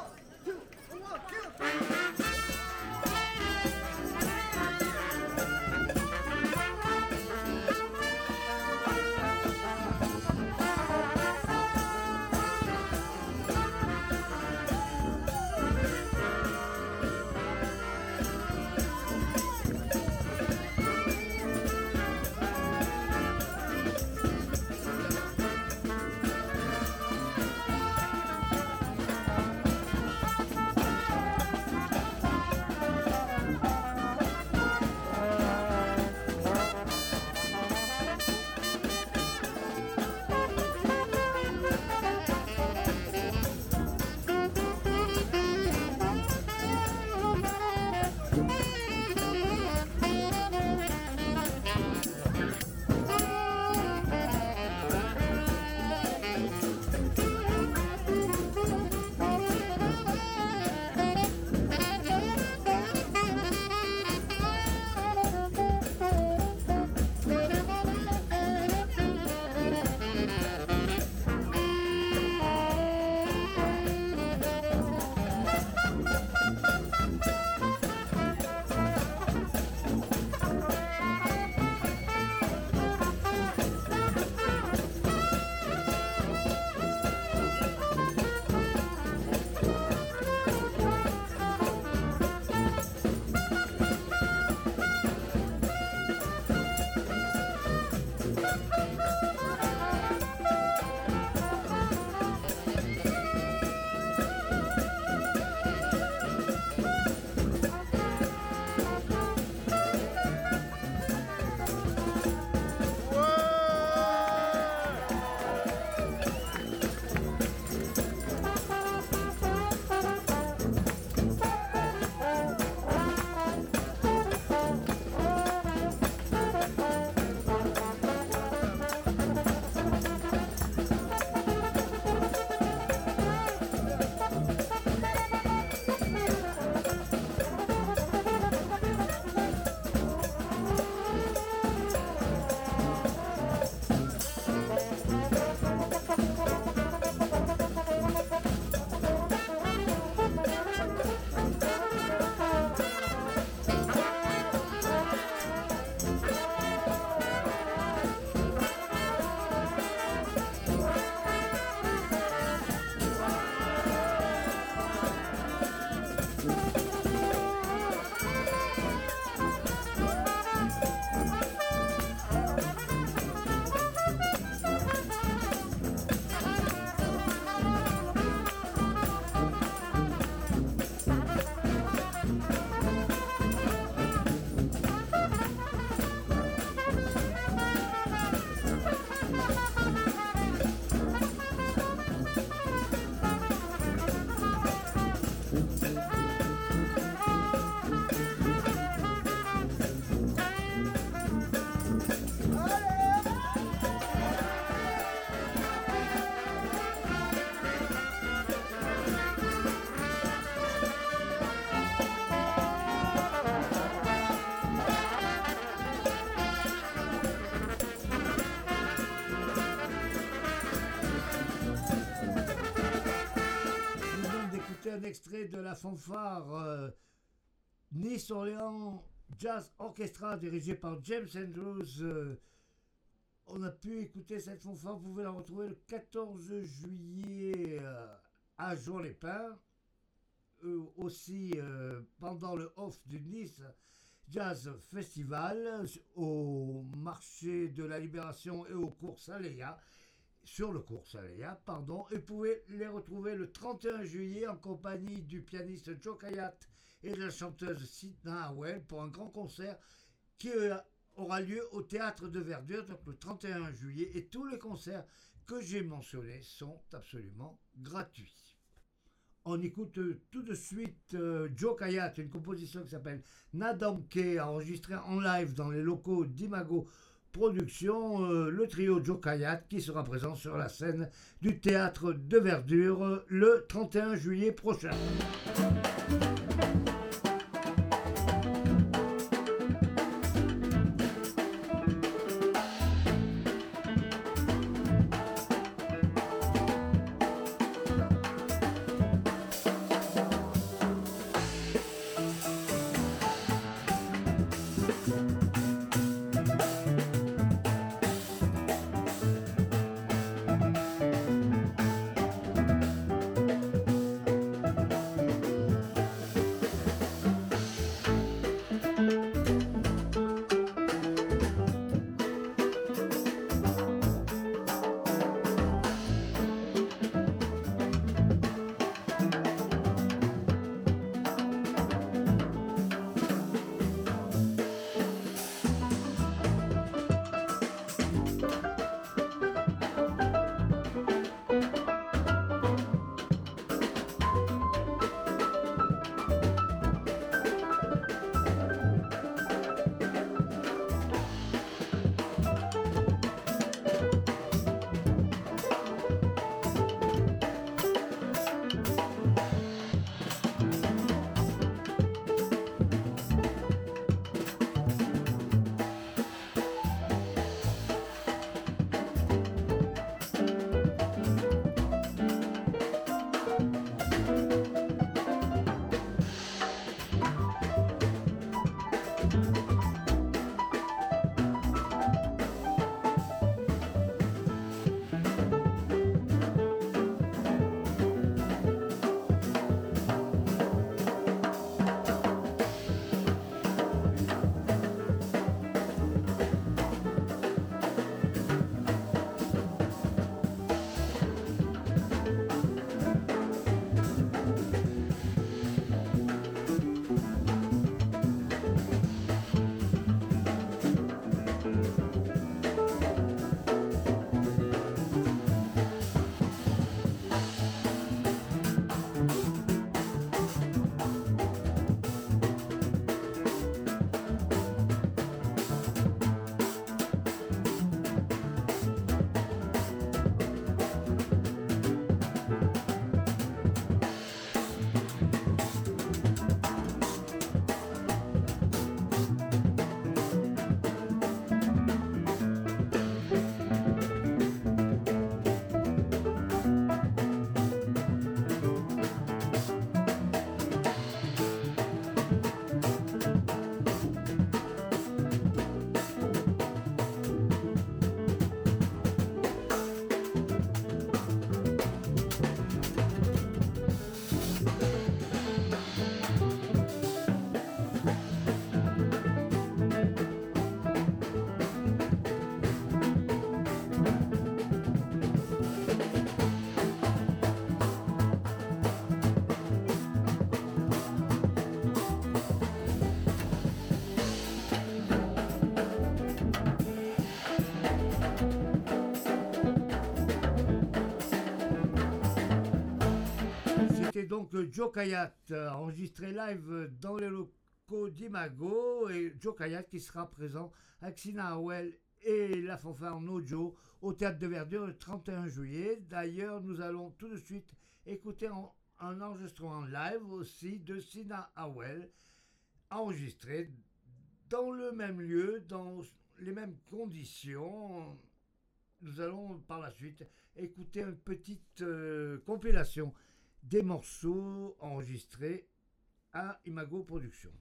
Un extrait de la fanfare Nice-Orléans Jazz Orchestra dirigée par James Andrews. On a pu écouter cette fanfare, vous pouvez la retrouver le 14 juillet à Jourdan-les-Pins, aussi pendant le off du Nice Jazz Festival au marché de la Libération et au cours Saléa. Sur le cours Saléa, pardon, et vous pouvez les retrouver le 31 juillet en compagnie du pianiste Joe Kayat et de la chanteuse Sidna Howell pour un grand concert qui aura lieu au Théâtre de Verdure, donc le 31 juillet, et tous les concerts que j'ai mentionnés sont absolument gratuits. On écoute tout de suite Joe Kayat, une composition qui s'appelle Nadamke, enregistrée en live dans les locaux d'Imago Production, le trio Joe Kayat qui sera présent sur la scène du Théâtre de Verdure le 31 juillet prochain. donc Joe Kayat, enregistré live dans les locaux d'Imago, et Joe Kayat qui sera présent avec Sina Howell et la fanfare Nojo au Théâtre de Verdure le 31 juillet. D'ailleurs, nous allons tout de suite écouter un enregistrement live aussi de Sina Howell, enregistré dans le même lieu, dans les mêmes conditions. Nous allons par la suite écouter une petite compilation des morceaux enregistrés à Imago Productions.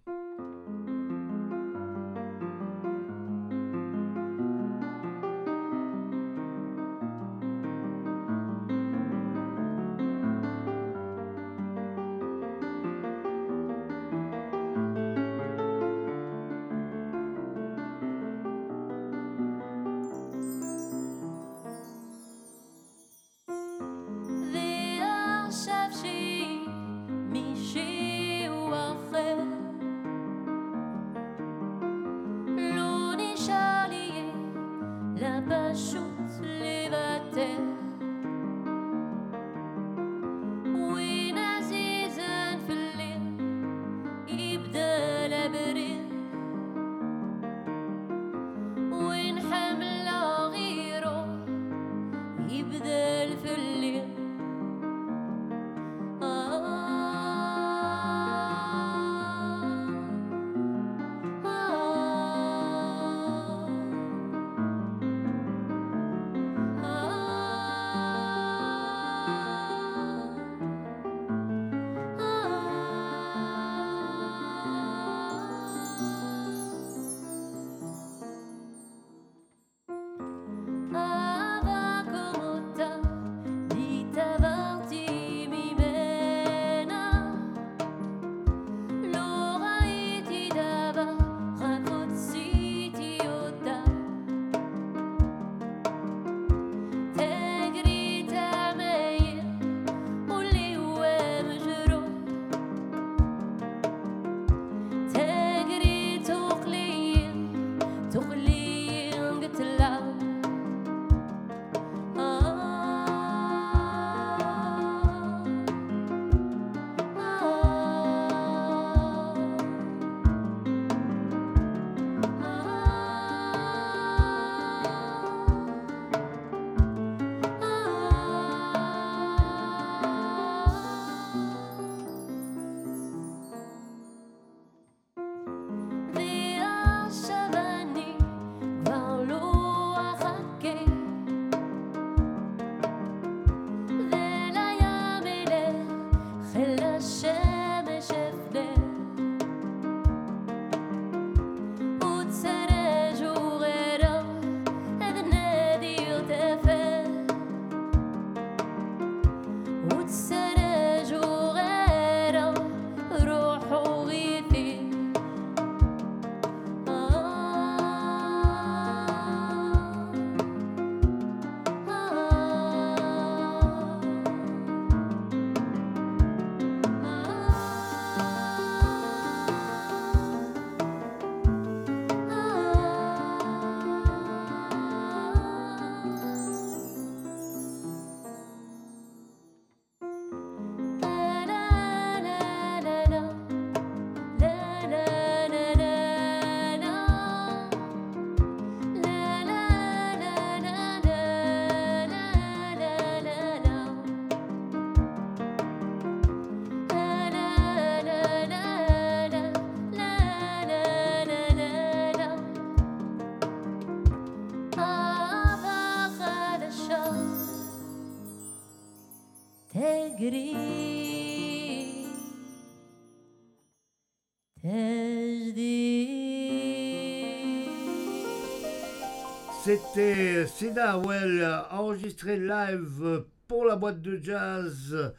C'était Sina Howell, enregistré live pour la boîte de jazz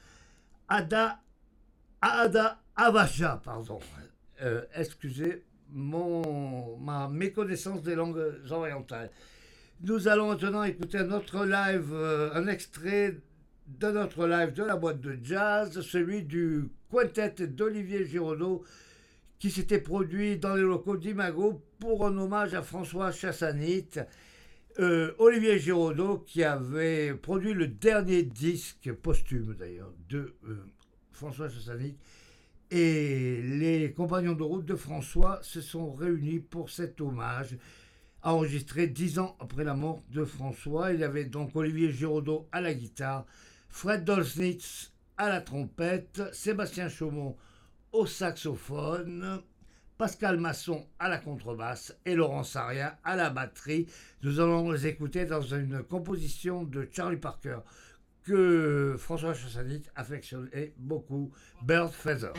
Ada Avacha, pardon. Excusez ma méconnaissance des langues orientales. Nous allons maintenant écouter un autre live, un extrait de notre live de la boîte de jazz, celui du quintet d'Olivier Giraudot, qui s'était produit dans les locaux d'Imago pour un hommage à François Chassanit. Olivier Giraudot qui avait produit le dernier disque posthume d'ailleurs de François Chassanik. Et les compagnons de route de François se sont réunis pour cet hommage, enregistré 10 ans après la mort de François. Il y avait donc Olivier Giraudot à la guitare, Fred Dolznitz à la trompette, Sébastien Chaumont au saxophone, Pascal Masson à la contrebasse et Laurent Saria à la batterie. Nous allons les écouter dans une composition de Charlie Parker que François Chassanik affectionnait beaucoup, Bird Feathers.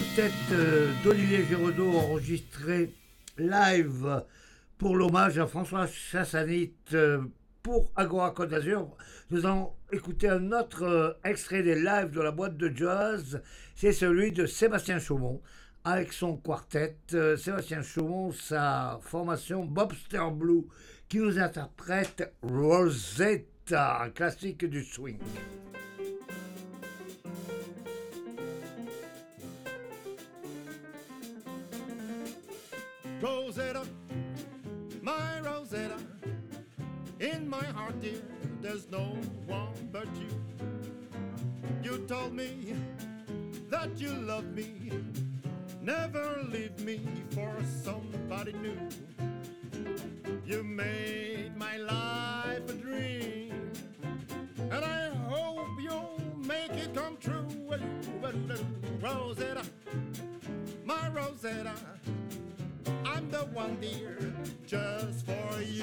quintet d'Olivier Giraudot enregistré live pour l'hommage à François Chassanit pour Agora Côte d'Azur. Nous allons écouter un autre extrait des lives de la boîte de jazz, c'est celui de Sébastien Chaumont avec son quartet. Sébastien Chaumont, sa formation Bobster Blue, qui nous interprète Rosetta, un classique du swing. Rosetta, my Rosetta, in my heart, dear, there's no one but you. You told me that you love me, never leave me for somebody new. You made my life a dream, and I hope you'll make it come true. Rosetta, my Rosetta, I'm the one, dear, just for you.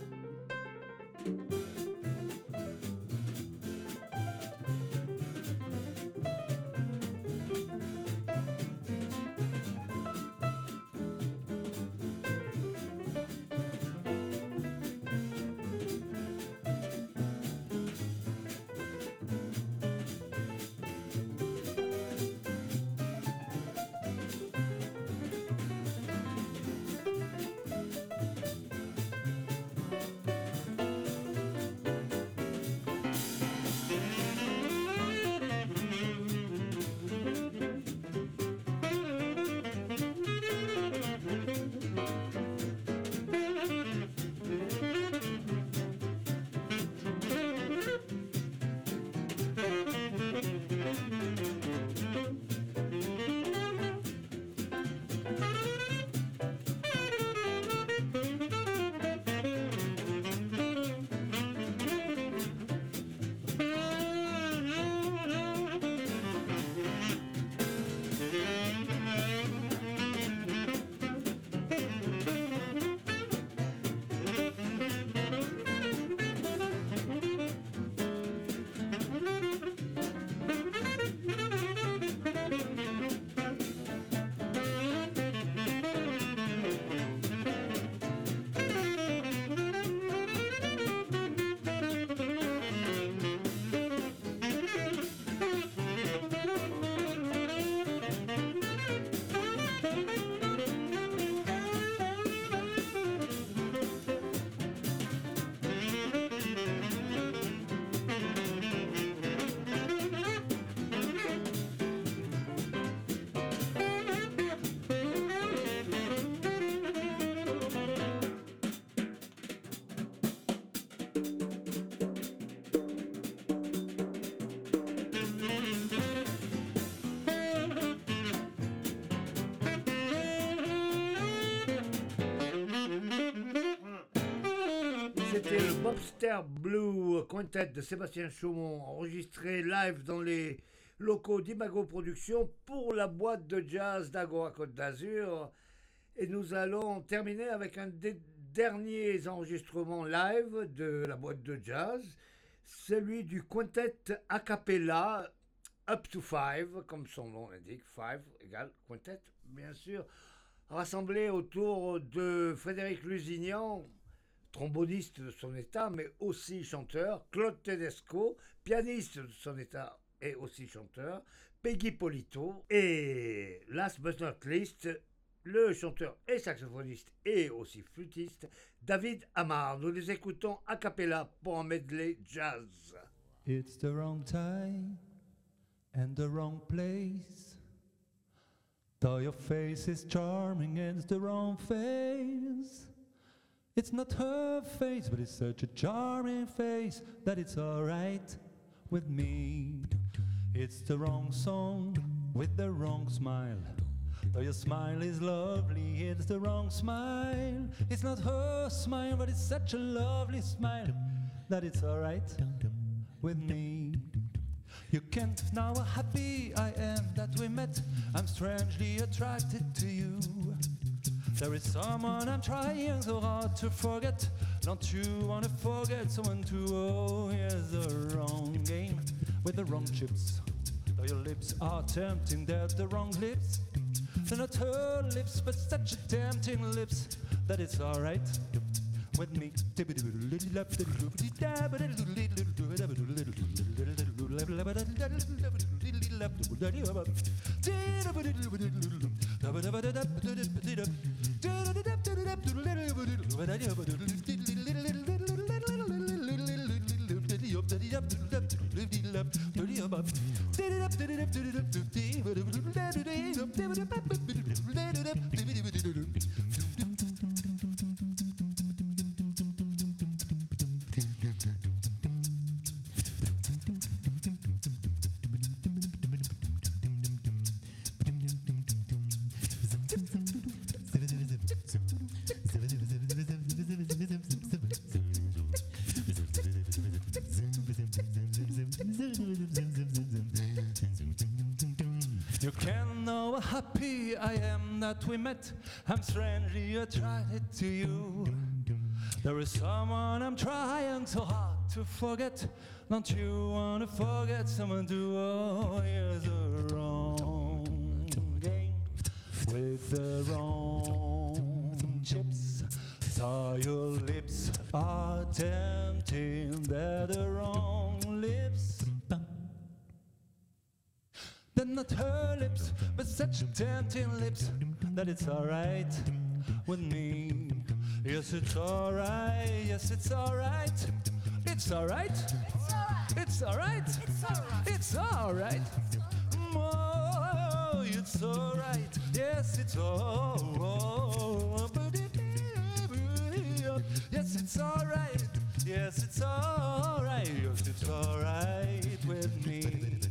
C'était le Bobster Blue Quintet de Sébastien Chaumont, enregistré live dans les locaux d'Imago Productions pour la boîte de jazz d'Agora Côte d'Azur. Et nous allons terminer avec un des derniers enregistrements live de la boîte de jazz, celui du quintet a cappella Up to Five, comme son nom l'indique, Five égale quintet, bien sûr, rassemblé autour de Frédéric Lusignan, tromboniste de son état, mais aussi chanteur, Claude Tedesco, pianiste de son état et aussi chanteur, Peggy Polito, et last but not least, le chanteur et saxophoniste et aussi flûtiste, David Amar. Nous les écoutons a cappella pour un medley jazz. It's the wrong time and the wrong place. Though your face is charming, it's the wrong face. It's not her face, but it's such a charming face that it's alright with me. It's the wrong song with the wrong smile. Though your smile is lovely, it's the wrong smile. It's not her smile, but it's such a lovely smile that it's alright with me. You can't know how happy I am that we met. I'm strangely attracted to you. There is someone I'm trying so hard to forget. Don't you wanna forget someone too? Oh, here's the wrong game with the wrong chips. Though your lips are tempting, they're the wrong lips. They're not her lips, but such tempting lips that it's alright with me. You can know how happy I am that we met. I'm strangely attracted to you. There is someone I'm trying so hard to forget. Don't you wanna forget someone to? Oh, here's a wrong game with the wrong chips. Saw your lips are tempting, they're the wrong lips. They're not her lips, but such tempting lips that it's alright with me. Yes, it's alright. Yes, it's alright. It's alright. It's alright. It's alright. Oh, it's alright. Yes, it's alright. Yes, it's alright. Yes, it's alright. Yes, it's alright with me.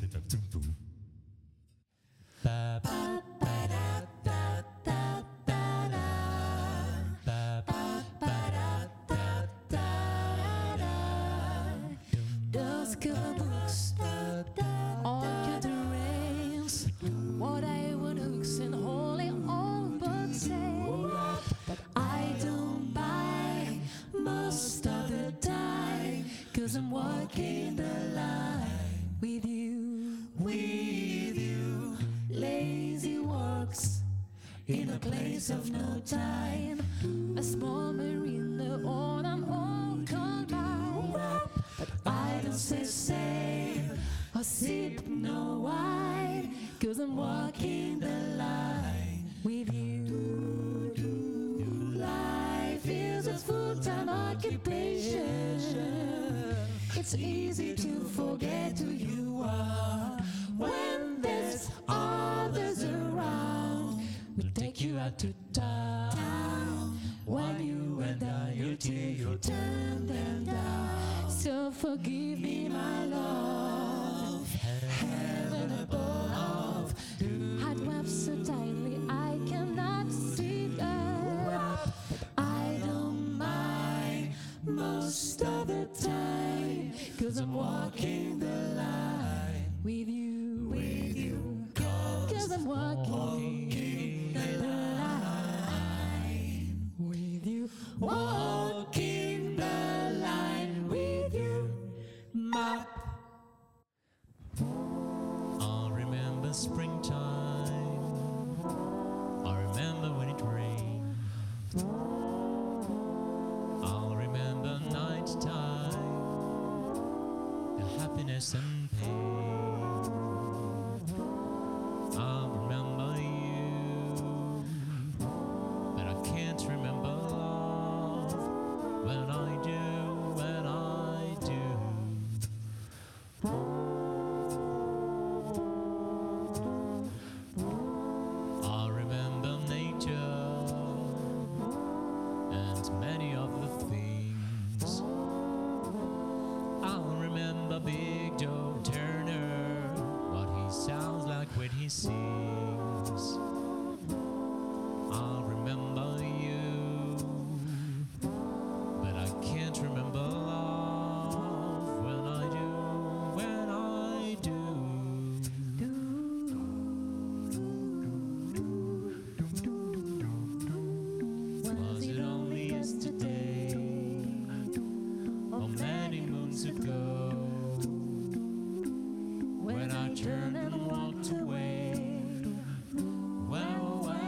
Ba ba ba da da da da da. Ba ba ba da da da da. Those good books all gatherings, what I would hooks and holy all but say. But I don't buy most of the time, 'cause I'm walking the line with you. Lazy walks in a place of no time, a small marina on an old cold mine. But I don't say or sip no wine, 'cause I'm walking the line with you. Life is a full-time occupation. It's easy to forget who you are when there's others around. We take you out to town. When you went down your tear, you turned them down. So forgive me, my love. Heaven above had wept so tightly I cannot see that. But I don't mind most of the time, 'cause I'm walking the line with you. 'Cause I'm walking the line with you. Walking the line with you. Map. I'll remember springtime. I'll remember when it rained. I'll remember nighttime, the happiness and pain. I'll remember you, but I can't remember love. When I do. I'll remember nature and many other things. I'll remember Big Joe Turner, what he sounds like when he sings. I'll remember you, but I can't remember love. When I do. Was it only yesterday, or many moons ago, when I turned and walked away? Well,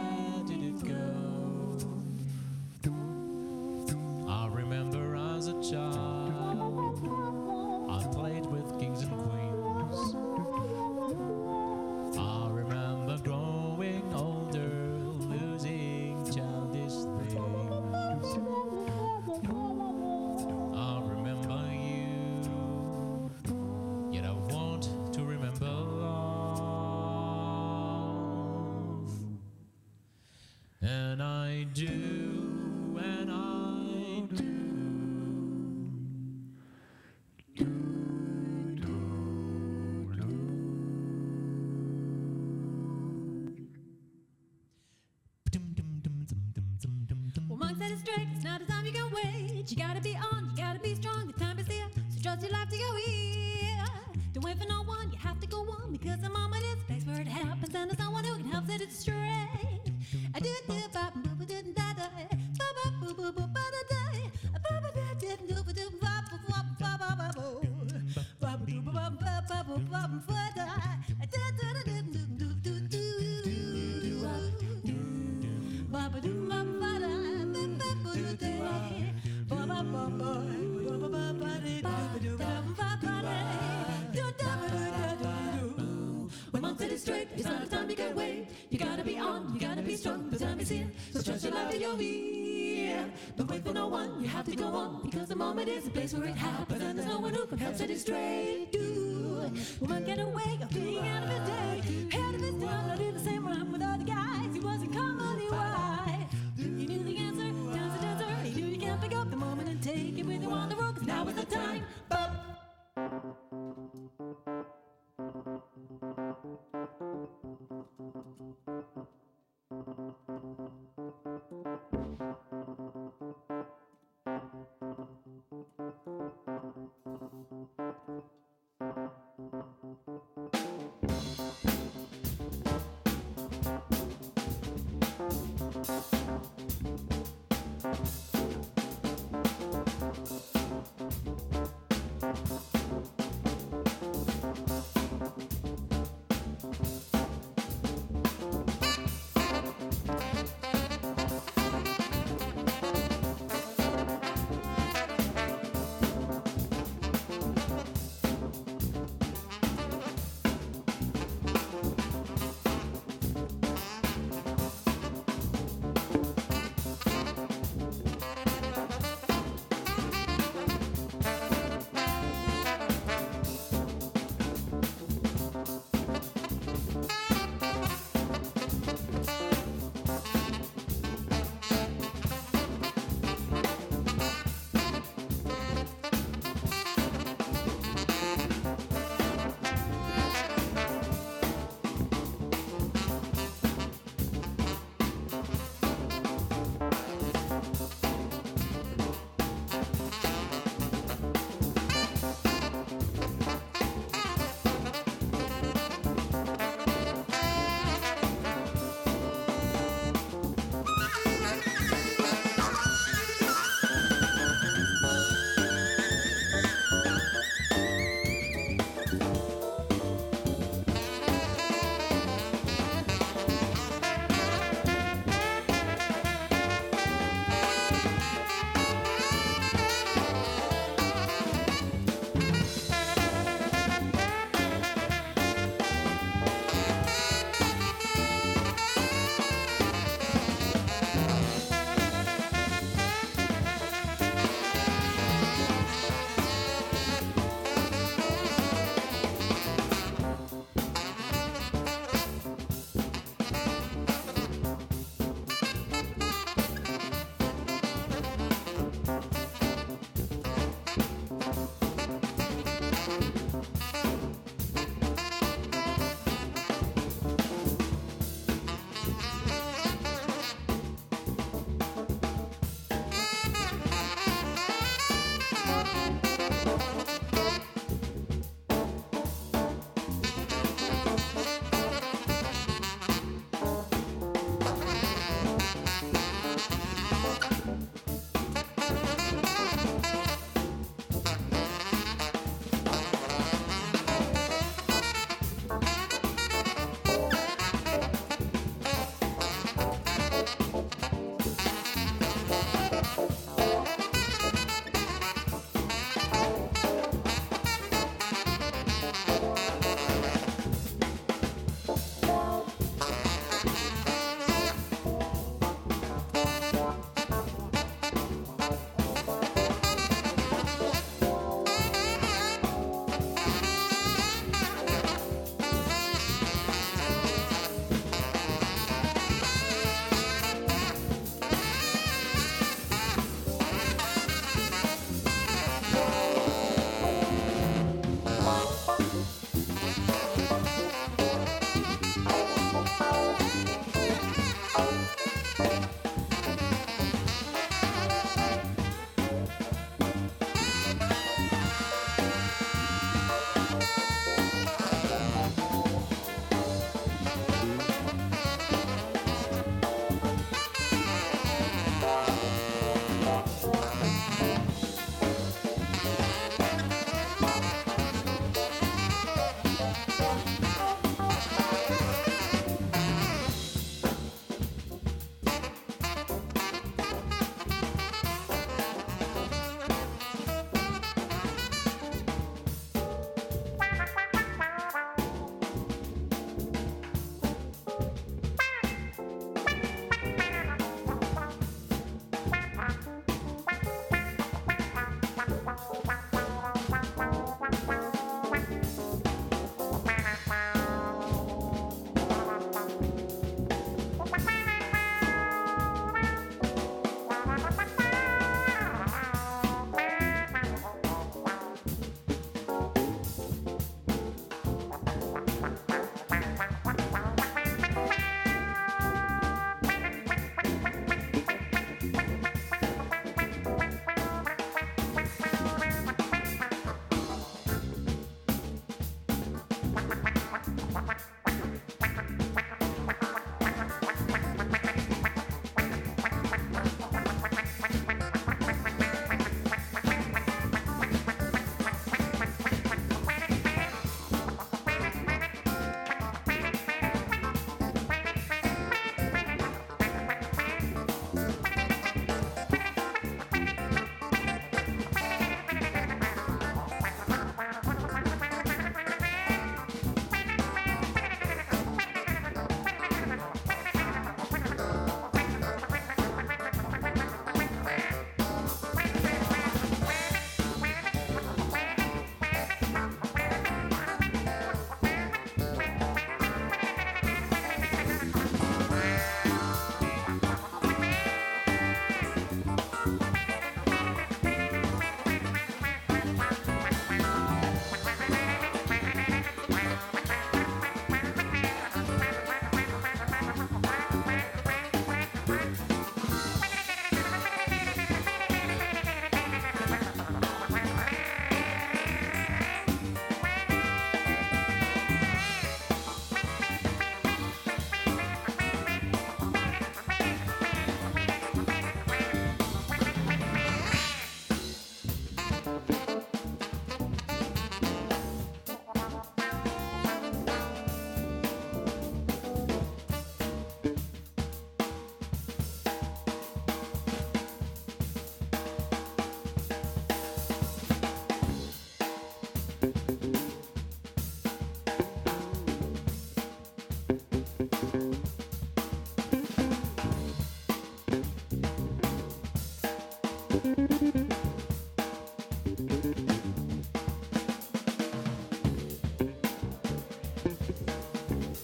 set it straight. It's not a time you can wait. You gotta be on, you gotta be strong. The time is here, so trust your life to go here. Don't wait for no one, you have to go on, because the moment is the place where it happens, and there's no one who can help set it straight. I do do bop boo boo doo da da, bop bop boo boo boo ba da da, bop bop da da do ba do bop bop bop bop bop bop bop, bop boo bop bop bop bop bop bop ba da, da da da do do do do do, bop bop do bop ba da, bop bop boo do da, bop bop bop bop bop bop ba da do bop bop ba da, do da ba da da do. When mom said it straight, it's not a time you can wait. You gotta be on, you gotta be strong. The time is here, so trust your life to your ear. Don't wait for no one, you have to go on, because the moment is the place where it happens, and there's no one who can help set it straight. Do woman get away of being out of his day, head of his town, not in the same rhyme with other guys. He wasn't commonly wise. He knew the answer, down's the dancer. He knew you can't pick up the moment and take it with you on the road, 'cause now is the time.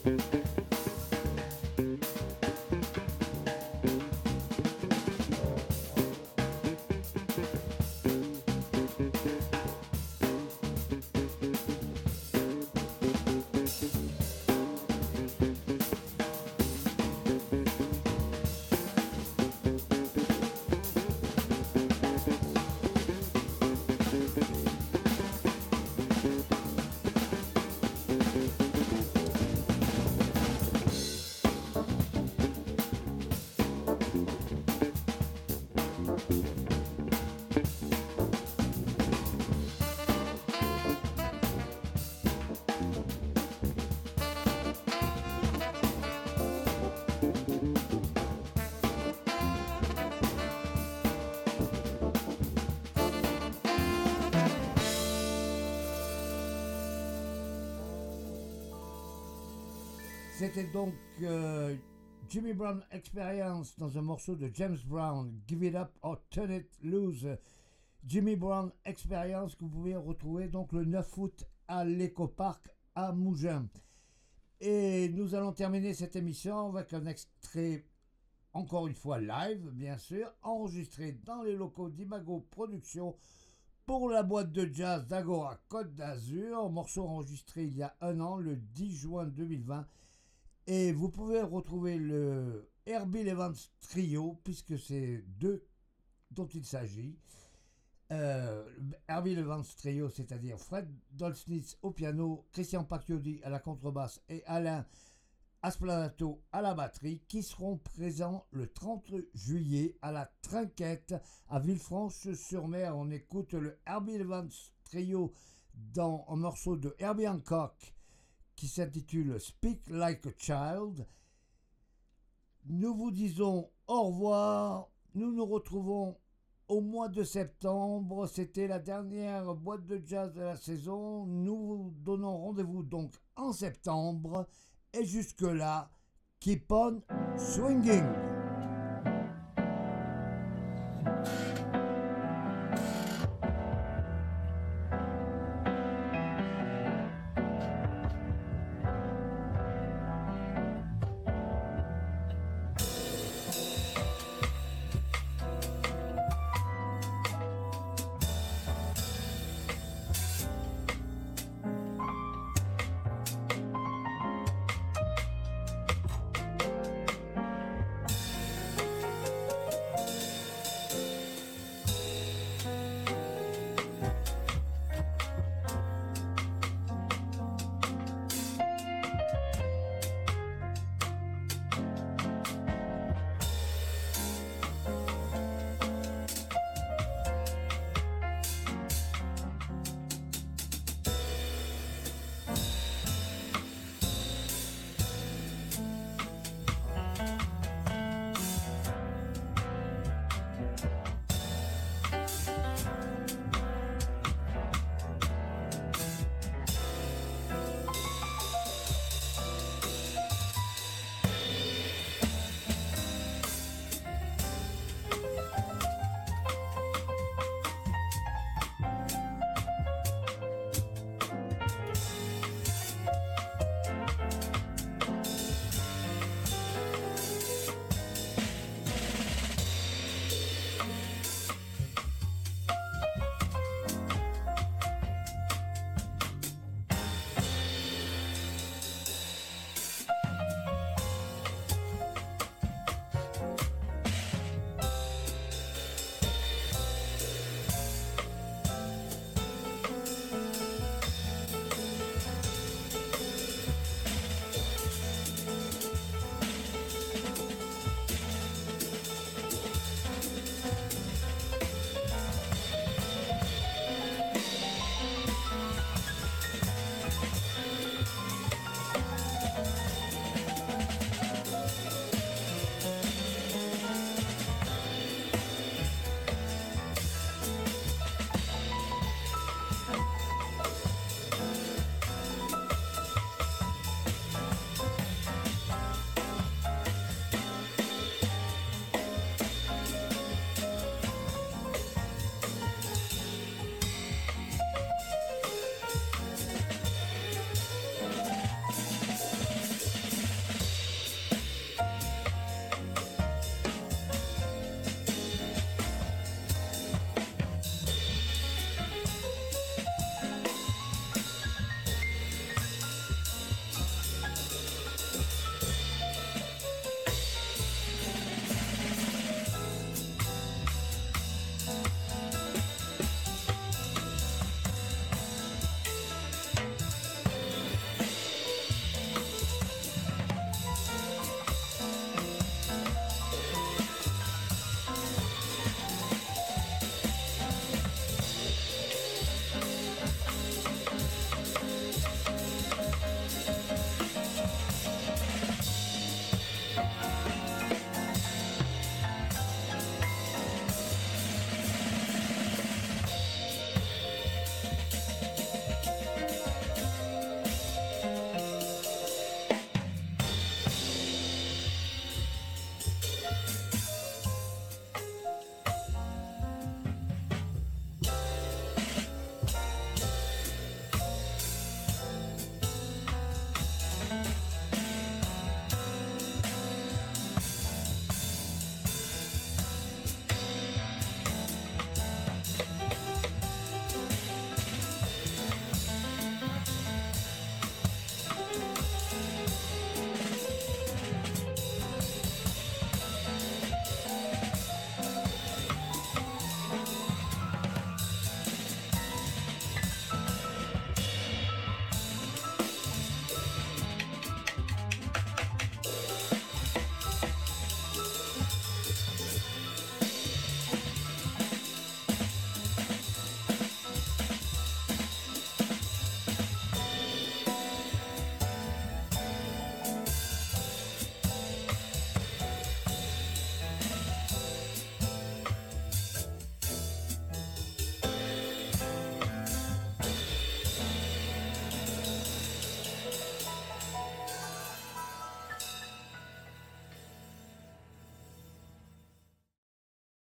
C'était donc Jimmy Brown Experience dans un morceau de James Brown, Give It Up or Turn It Loose. Jimmy Brown Experience que vous pouvez retrouver donc le 9 août à l'Eco-Park à Mougins. Et nous allons terminer cette émission avec un extrait, encore une fois live, bien sûr, enregistré dans les locaux d'Imago Productions pour la boîte de jazz d'Agora Côte d'Azur. Morceau enregistré il y a un an, le 10 juin 2020. Et vous pouvez retrouver le Herbie Evans Trio, puisque c'est d'eux dont il s'agit. Herbie Evans Trio, c'est-à-dire Fred Dolsnitz au piano, Christian Pacchiodi à la contrebasse et Alain Asplanato à la batterie, qui seront présents le 30 juillet à la Trinquette à Villefranche-sur-Mer. On écoute le Herbie Evans Trio dans un morceau de Herbie Hancock qui s'intitule Speak Like a Child. Nous vous disons au revoir. Nous nous retrouvons au mois de septembre. C'était la dernière boîte de jazz de la saison. Nous vous donnons rendez-vous donc en septembre. Et jusque-là, keep on swinging.